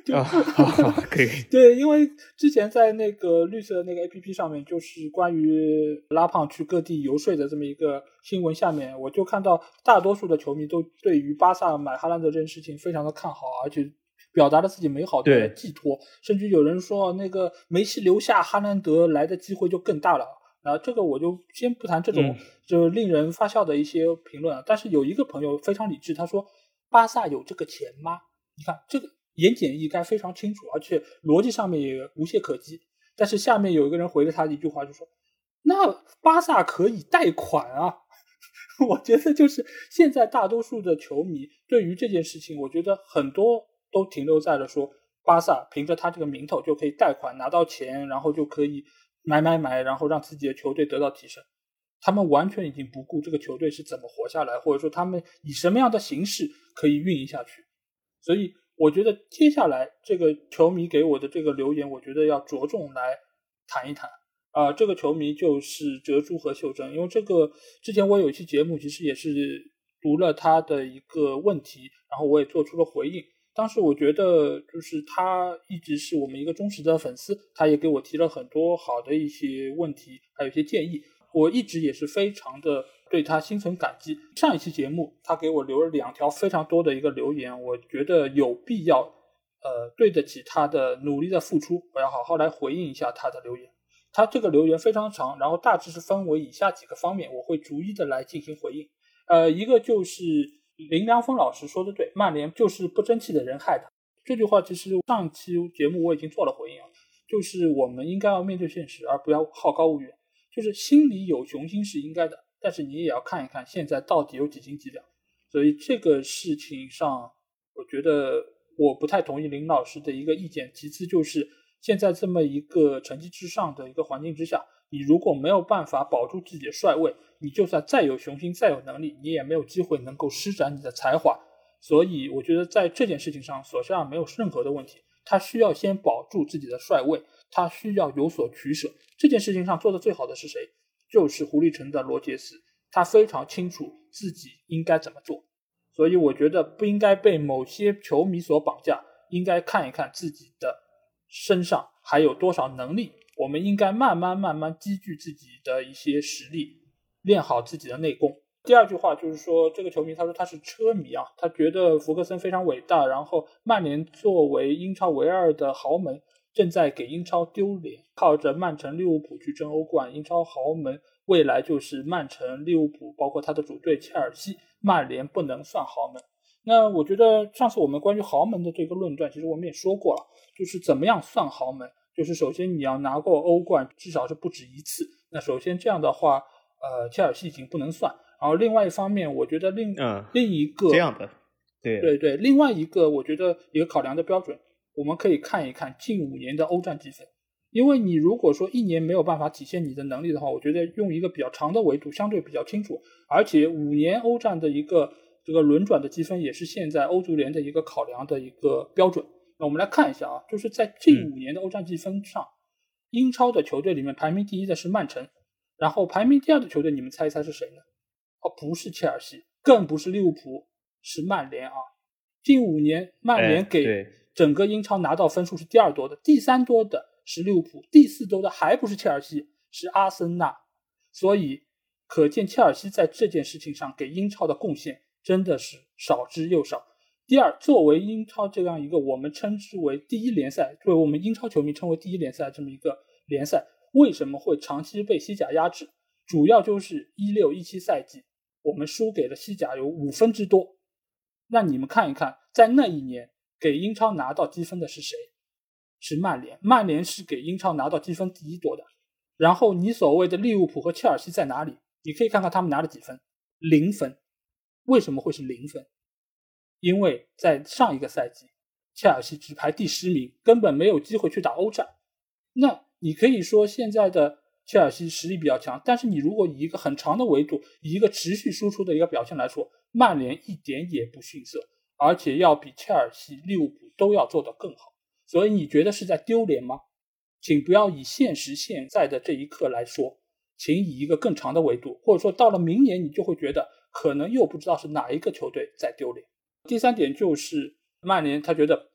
好，可以。 对，因为之前在那个绿色那个 APP 上面，就是关于拉胖去各地游说的这么一个新闻下面，我就看到大多数的球迷都对于巴萨买哈兰德这件事情非常的看好，而且表达了自己美好的寄托，甚至有人说那个梅西留下哈兰德来的机会就更大了。这个我就先不谈这种就令人发笑的一些评论，但是有一个朋友非常理智，他说巴萨有这个钱吗？你看这个言简意赅非常清楚，而且逻辑上面也无懈可击。但是下面有一个人回了他一句话，就说那巴萨可以贷款啊。我觉得就是现在大多数的球迷对于这件事情，我觉得很多都停留在了说巴萨凭着他这个名头就可以贷款拿到钱，然后就可以买，然后让自己的球队得到提升。他们完全已经不顾这个球队是怎么活下来，或者说他们以什么样的形式可以运营下去。所以我觉得接下来这个球迷给我的这个留言，我觉得要着重来谈一谈。这个球迷就是哲珠和秀珍，因为这个之前我有一期节目其实也是读了他的一个问题，然后我也做出了回应。当时我觉得就是他一直是我们一个忠实的粉丝，他也给我提了很多好的一些问题，还有一些建议，我一直也是非常的对他心存感激。上一期节目他给我留了2条非常多的一个留言，我觉得有必要对得起他的努力的付出，我要好好来回应一下他的留言。他这个留言非常长，然后大致是分为以下几个方面，我会逐一的来进行回应。一个就是林良锋老师说的对，曼联就是不争气的人害的。这句话其实上期节目我已经做了回应，就是我们应该要面对现实，而不要好高骛远。就是心里有雄心是应该的，但是你也要看一看现在到底有几斤几两。所以这个事情上，我觉得我不太同意林老师的一个意见。其次就是现在这么一个成绩至上的一个环境之下，你如果没有办法保住自己的帅位，你就算再有雄心再有能力，你也没有机会能够施展你的才华。所以我觉得在这件事情上索夏尔没有任何的问题，他需要先保住自己的帅位，他需要有所取舍。这件事情上做的最好的是谁？就是狐狸城的罗杰斯，他非常清楚自己应该怎么做。所以我觉得不应该被某些球迷所绑架，应该看一看自己的身上还有多少能力，我们应该慢慢积聚自己的一些实力，练好自己的内功。第二句话就是说，这个球迷他说他是车迷啊，他觉得福格森非常伟大，然后曼联作为英超唯二的豪门正在给英超丢脸，靠着曼城利物浦去争欧冠，英超豪门未来就是曼城利物浦包括他的主队切尔西，曼联不能算豪门。那我觉得上次我们关于豪门的这个论断其实我们也说过了，就是怎么样算豪门，就是首先你要拿过欧冠至少是不止一次，那首先这样的话切尔西已经不能算。然后另外一方面我觉得另一个这样的对另外一个我觉得一个考量的标准，我们可以看一看近5年的欧战积分。因为你如果说1年没有办法体现你的能力的话，我觉得用一个比较长的维度相对比较清楚，而且5年欧战的一个这个轮转的积分也是现在欧足联的一个考量的一个标准。那我们来看一下就是在近5年的欧战积分上，英超的球队里面排名第1的是曼城，然后排名第2的球队你们猜一猜是谁呢？不是切尔西，更不是利物浦，是曼联啊。近5年曼联给整个英超拿到分数是第2多的，第3多的是利物浦，第4多的还不是切尔西，是阿森纳。所以可见切尔西在这件事情上给英超的贡献真的是少之又少。第二，作为英超这样一个我们称之为第1联赛，作为我们英超球迷称为第1联赛这么一个联赛，为什么会长期被西甲压制？主要就是16-17赛季我们输给了西甲有5分之多。那你们看一看，在那一年给英超拿到积分的是谁？是曼联。曼联是给英超拿到积分第1多的。然后你所谓的利物浦和切尔西在哪里？你可以看看他们拿了几分，0分。为什么会是0分？因为在上一个赛季切尔西只排第10名，根本没有机会去打欧战。那你可以说现在的切尔西实力比较强，但是你如果以一个很长的维度，以一个持续输出的一个表现来说，曼联一点也不逊色，而且要比切尔西、利物浦都要做得更好。所以你觉得是在丢脸吗？请不要以现在的这一刻来说，请以一个更长的维度，或者说到了明年你就会觉得可能又不知道是哪一个球队在丢脸。第3点就是曼联他觉得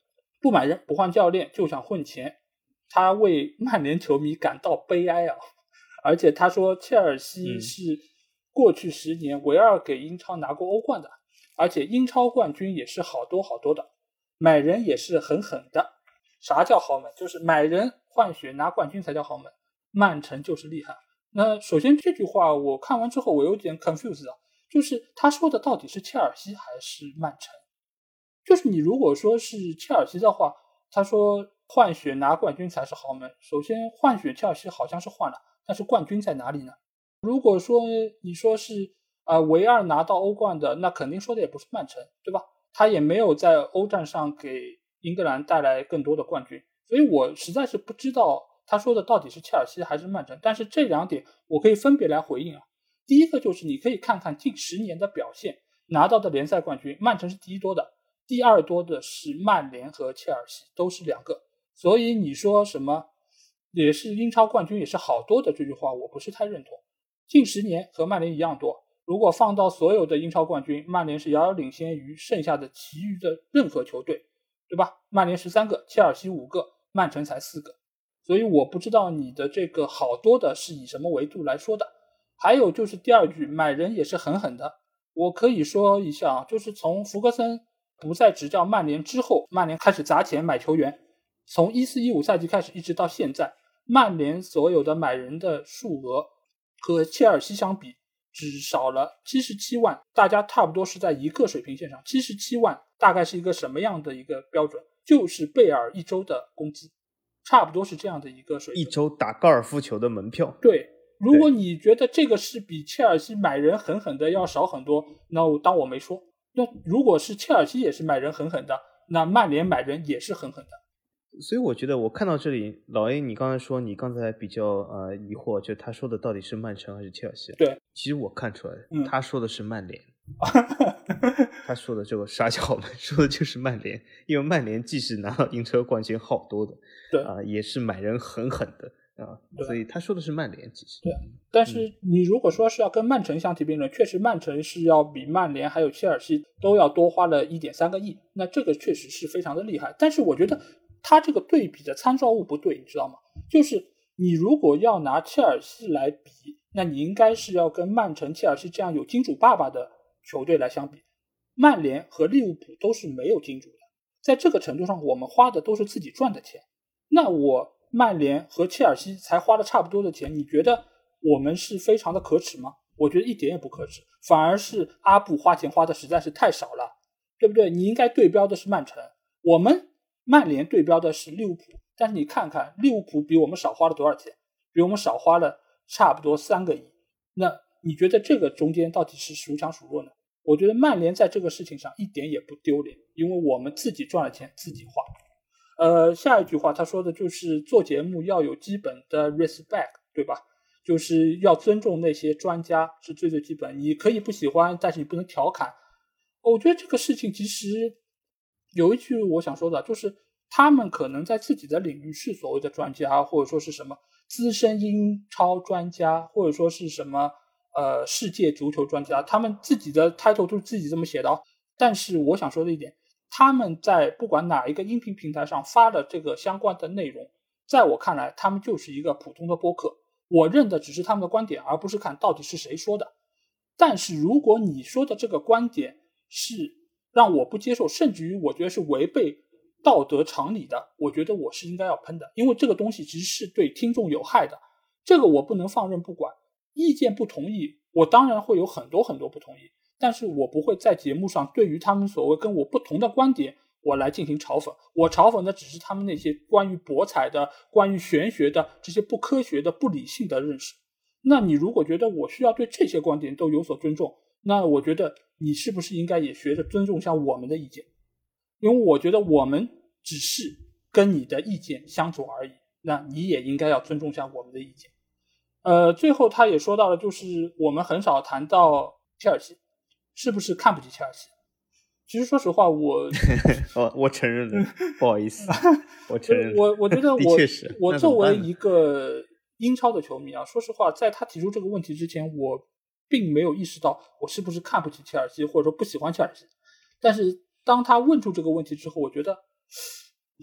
不买人不换教练就想混钱，他为曼联球迷感到悲哀啊！而且他说切尔西是过去10年唯二给英超拿过欧冠的，而且英超冠军也是好多好多的，买人也是狠狠的。啥叫豪门？就是买人换血拿冠军才叫豪门，曼城就是厉害。那首先这句话我看完之后我有点 confused 啊，就是他说的到底是切尔西还是曼城？就是你如果说是切尔西的话，他说换血拿冠军才是豪门，首先换血切尔西好像是换了，但是冠军在哪里呢？如果说你说是唯二拿到欧冠的，那肯定说的也不是曼城，对吧？他也没有在欧战上给英格兰带来更多的冠军，所以我实在是不知道他说的到底是切尔西还是曼城。但是这两点我可以分别来回应啊。第一个就是你可以看看近10年的表现，拿到的联赛冠军，曼城是第一多的，第二多的是曼联和切尔西，都是2个。所以你说什么也是英超冠军也是好多的这句话我不是太认同。近10年和曼联一样多，如果放到所有的英超冠军，曼联是遥遥领先于剩下的其余的任何球队，对吧？曼联13个，切尔西5个，曼城才4个。所以我不知道你的这个好多的是以什么维度来说的。还有就是第二句，买人也是狠狠的。我可以说一下啊，就是从福格森不再执教曼联之后，曼联开始砸钱买球员，从14-15赛季开始一直到现在，曼联所有的买人的数额和切尔西相比只少了77万，大家差不多是在一个水平线上。77万大概是一个什么样的一个标准？就是贝尔1周的工资，差不多是这样的一个水平。 1周打高尔夫球的门票。 对，如果你觉得这个是比切尔西买人狠狠的要少很多，那我当我没说。那如果是切尔西也是买人狠狠的，那曼联买人也是狠狠的。 所以我觉得我看到这里，老 A 你刚才说你刚才比较疑惑，就他说的到底是曼城还是切尔西？ 对， 其实我看出来他说的是曼联。他说的这个啥叫豪门，说的就是曼联，因为曼联既是拿到英超冠军好多的， 对也是买人狠狠的所以他说的是曼联。其实对，但是你如果说是要跟曼城相提并论，确实曼城是要比曼联还有切尔西都要多花了1.3个亿，那这个确实是非常的厉害。但是我觉得他这个对比的参照物不对，你知道吗？就是你如果要拿切尔西来比，那你应该是要跟曼城、切尔西这样有金主爸爸的球队来相比。曼联和利物浦都是没有金主的，在这个程度上我们花的都是自己赚的钱。那我曼联和切尔西才花了差不多的钱，你觉得我们是非常的可耻吗？我觉得一点也不可耻，反而是阿布花钱花的实在是太少了，对不对？你应该对标的是曼城，我们曼联对标的是利物浦，但是你看看利物浦比我们少花了多少钱？比我们少花了差不多3个亿。那你觉得这个中间到底是孰强孰弱呢？我觉得曼联在这个事情上一点也不丢脸，因为我们自己赚了钱自己花。下一句话他说的就是做节目要有基本的 respect， 对吧？就是要尊重那些专家，是最最基本。你可以不喜欢，但是你不能调侃。我觉得这个事情其实有一句我想说的，就是他们可能在自己的领域是所谓的专家，或者说是什么资深英超专家，或者说是什么世界足球专家，他们自己的 title 都是自己这么写的哦。但是我想说的一点，他们在不管哪一个音频平台上发的这个相关的内容，在我看来他们就是一个普通的播客，我认的只是他们的观点，而不是看到底是谁说的。但是如果你说的这个观点是让我不接受，甚至于我觉得是违背道德常理的，我觉得我是应该要喷的，因为这个东西其实是对听众有害的，这个我不能放任不管。意见不同意，我当然会有很多很多不同意，但是我不会在节目上对于他们所谓跟我不同的观点我来进行嘲讽，我嘲讽的只是他们那些关于博彩的、关于玄学的这些不科学的、不理性的认识。那你如果觉得我需要对这些观点都有所尊重，那我觉得你是不是应该也学着尊重一下我们的意见？因为我觉得我们只是跟你的意见相左而已，那你也应该要尊重一下我们的意见。最后他也说到了，就是我们很少谈到切尔西，是不是看不起切尔西？其实说实话， 我承认了，不好意思，我承认了。 我觉得的确是， 我作为一个英超的球迷啊，说实话，在他提出这个问题之前，我并没有意识到我是不是看不起切尔西，或者说不喜欢切尔西。但是当他问出这个问题之后，我觉得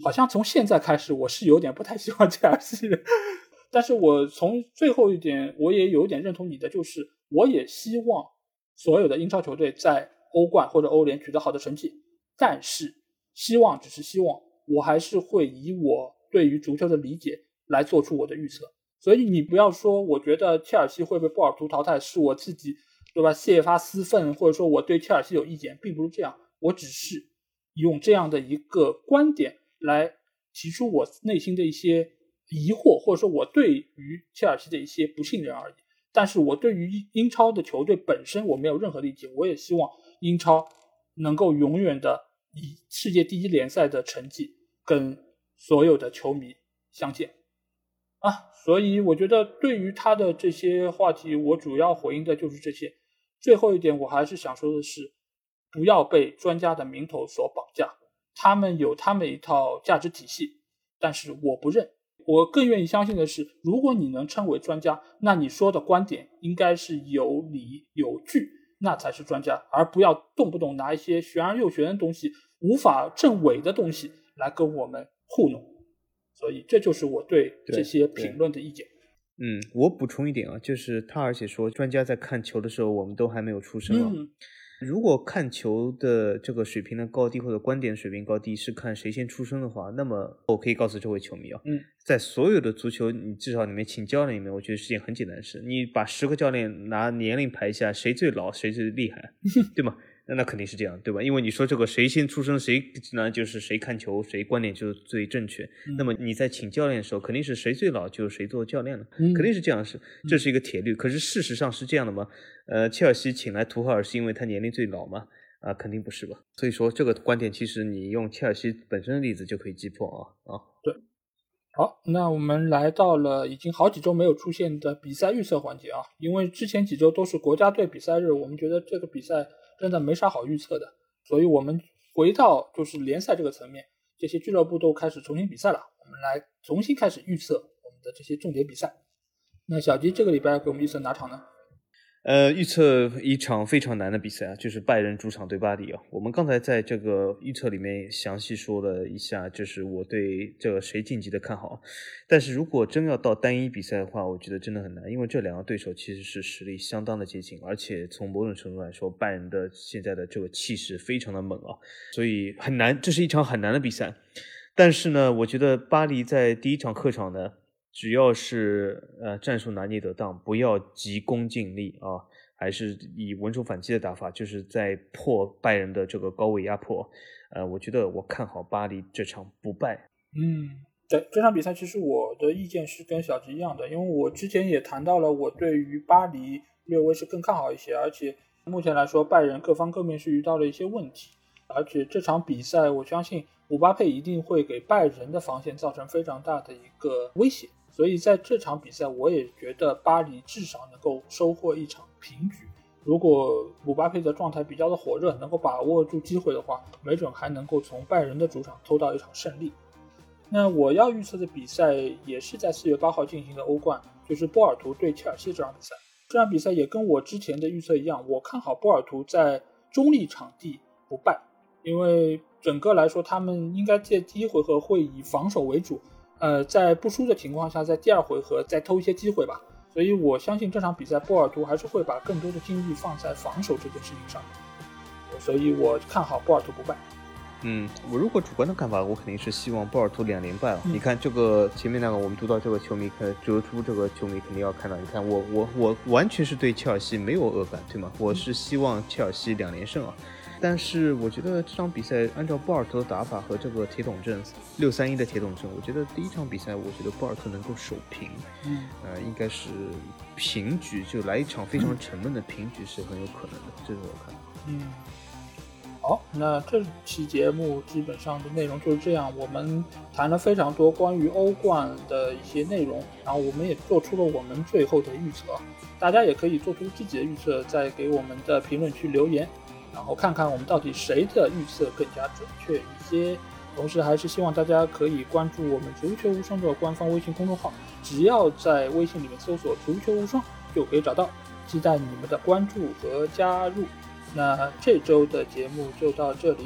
好像从现在开始我是有点不太喜欢切尔西的，但是我从最后一点我也有点认同你的，就是我也希望所有的英超球队在欧冠或者欧联取得好的成绩，但是希望只是希望，我还是会以我对于足球的理解来做出我的预测。所以你不要说我觉得切尔西会被波尔图淘汰是我自己对吧泄发私愤，或者说我对切尔西有意见，并不是这样，我只是用这样的一个观点来提出我内心的一些疑惑，或者说我对于切尔西的一些不信任而已。但是我对于英超的球队本身我没有任何的意见，我也希望英超能够永远的以世界第一联赛的成绩跟所有的球迷相见所以我觉得对于他的这些话题，我主要回应的就是这些。最后一点我还是想说的是，不要被专家的名头所绑架，他们有他们一套价值体系，但是我不认。我更愿意相信的是，如果你能称为专家，那你说的观点应该是有理有据，那才是专家，而不要动不动拿一些玄而又玄的东西，无法证伪的东西来跟我们糊弄。所以这就是我对这些评论的意见。 我补充一点就是他而且说专家在看球的时候我们都还没有出生如果看球的这个水平的高低或者观点水平高低是看谁先出生的话，那么我可以告诉这位球迷在所有的足球你至少里面请教练里面，我觉得是件很简单的事。你把10个教练拿年龄排一下，谁最老谁最厉害对吗？那肯定是这样对吧？因为你说这个谁先出生谁呢，就是谁看球谁观点就是最正确那么你在请教练的时候肯定是谁最老就是谁做教练了肯定是这样的事，这是一个铁律。可是事实上是这样的吗？切尔西请来图赫尔是因为他年龄最老吗？肯定不是吧。所以说这个观点其实你用切尔西本身的例子就可以击破对。好，那我们来到了已经好几周没有出现的比赛预测环节因为之前几周都是国家队比赛日，我们觉得这个比赛真的没啥好预测的，所以我们回到就是联赛这个层面，这些俱乐部都开始重新比赛了，我们来重新开始预测我们的这些重点比赛。那小吉这个礼拜给我们预测哪场呢？ 预测一场非常难的比赛就是拜仁主场对巴黎我们刚才在这个预测里面详细说了一下，就是我对这个谁晋级的看好。但是如果真要到单一比赛的话，我觉得真的很难，因为这两个对手其实是实力相当的接近，而且从某种程度来说，拜仁的现在的这个气势非常的猛所以很难，这是一场很难的比赛。但是呢，我觉得巴黎在第一场客场呢，只要是战术拿捏得当，不要急功近利还是以稳守反击的打法，就是在破拜仁的这个高位压迫我觉得我看好巴黎这场不败。 对，这场比赛其实我的意见是跟小吉一样的，因为我之前也谈到了我对于巴黎略微是更看好一些，而且目前来说拜仁各方各面是遇到了一些问题，而且这场比赛我相信姆巴佩一定会给拜仁的防线造成非常大的一个威胁，所以在这场比赛我也觉得巴黎至少能够收获一场平局。如果姆巴佩的状态比较的火热，能够把握住机会的话，没准还能够从拜仁的主场偷到一场胜利。那我要预测的比赛也是在4月8号进行的欧冠，就是波尔图对切尔西这场比赛。这场比赛也跟我之前的预测一样，我看好波尔图在中立场地不败，因为整个来说他们应该在第一回合会以防守为主，在不输的情况下，在第二回合再偷一些机会吧。所以我相信这场比赛波尔图还是会把更多的精力放在防守这件事情上，所以我看好波尔图不败。 我如果主观的看法，我肯定是希望波尔图2连败你看这个前面那个我们读到这个球迷折出这个球迷肯定要看到，你看我完全是对切尔西没有恶感对吗？我是希望切尔西2连胜但是我觉得这场比赛按照波尔图的打法和这个铁桶阵6-3-1的铁桶阵，我觉得第一场比赛我觉得波尔图能够守平应该是平局，就来一场非常沉闷的平局是很有可能的，这是我看法。 好，那这期节目基本上的内容就是这样，我们谈了非常多关于欧冠的一些内容，然后我们也做出了我们最后的预测，大家也可以做出自己的预测，再给我们的评论区留言，然后看看我们到底谁的预测更加准确一些。同时还是希望大家可以关注我们足球无双的官方微信公众号，只要在微信里面搜索足球无双就可以找到，期待你们的关注和加入。那这周的节目就到这里，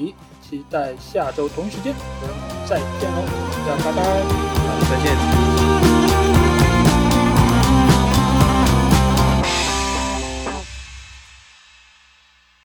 期待下周同一时间我们再见喽，大家拜拜， 好，再见。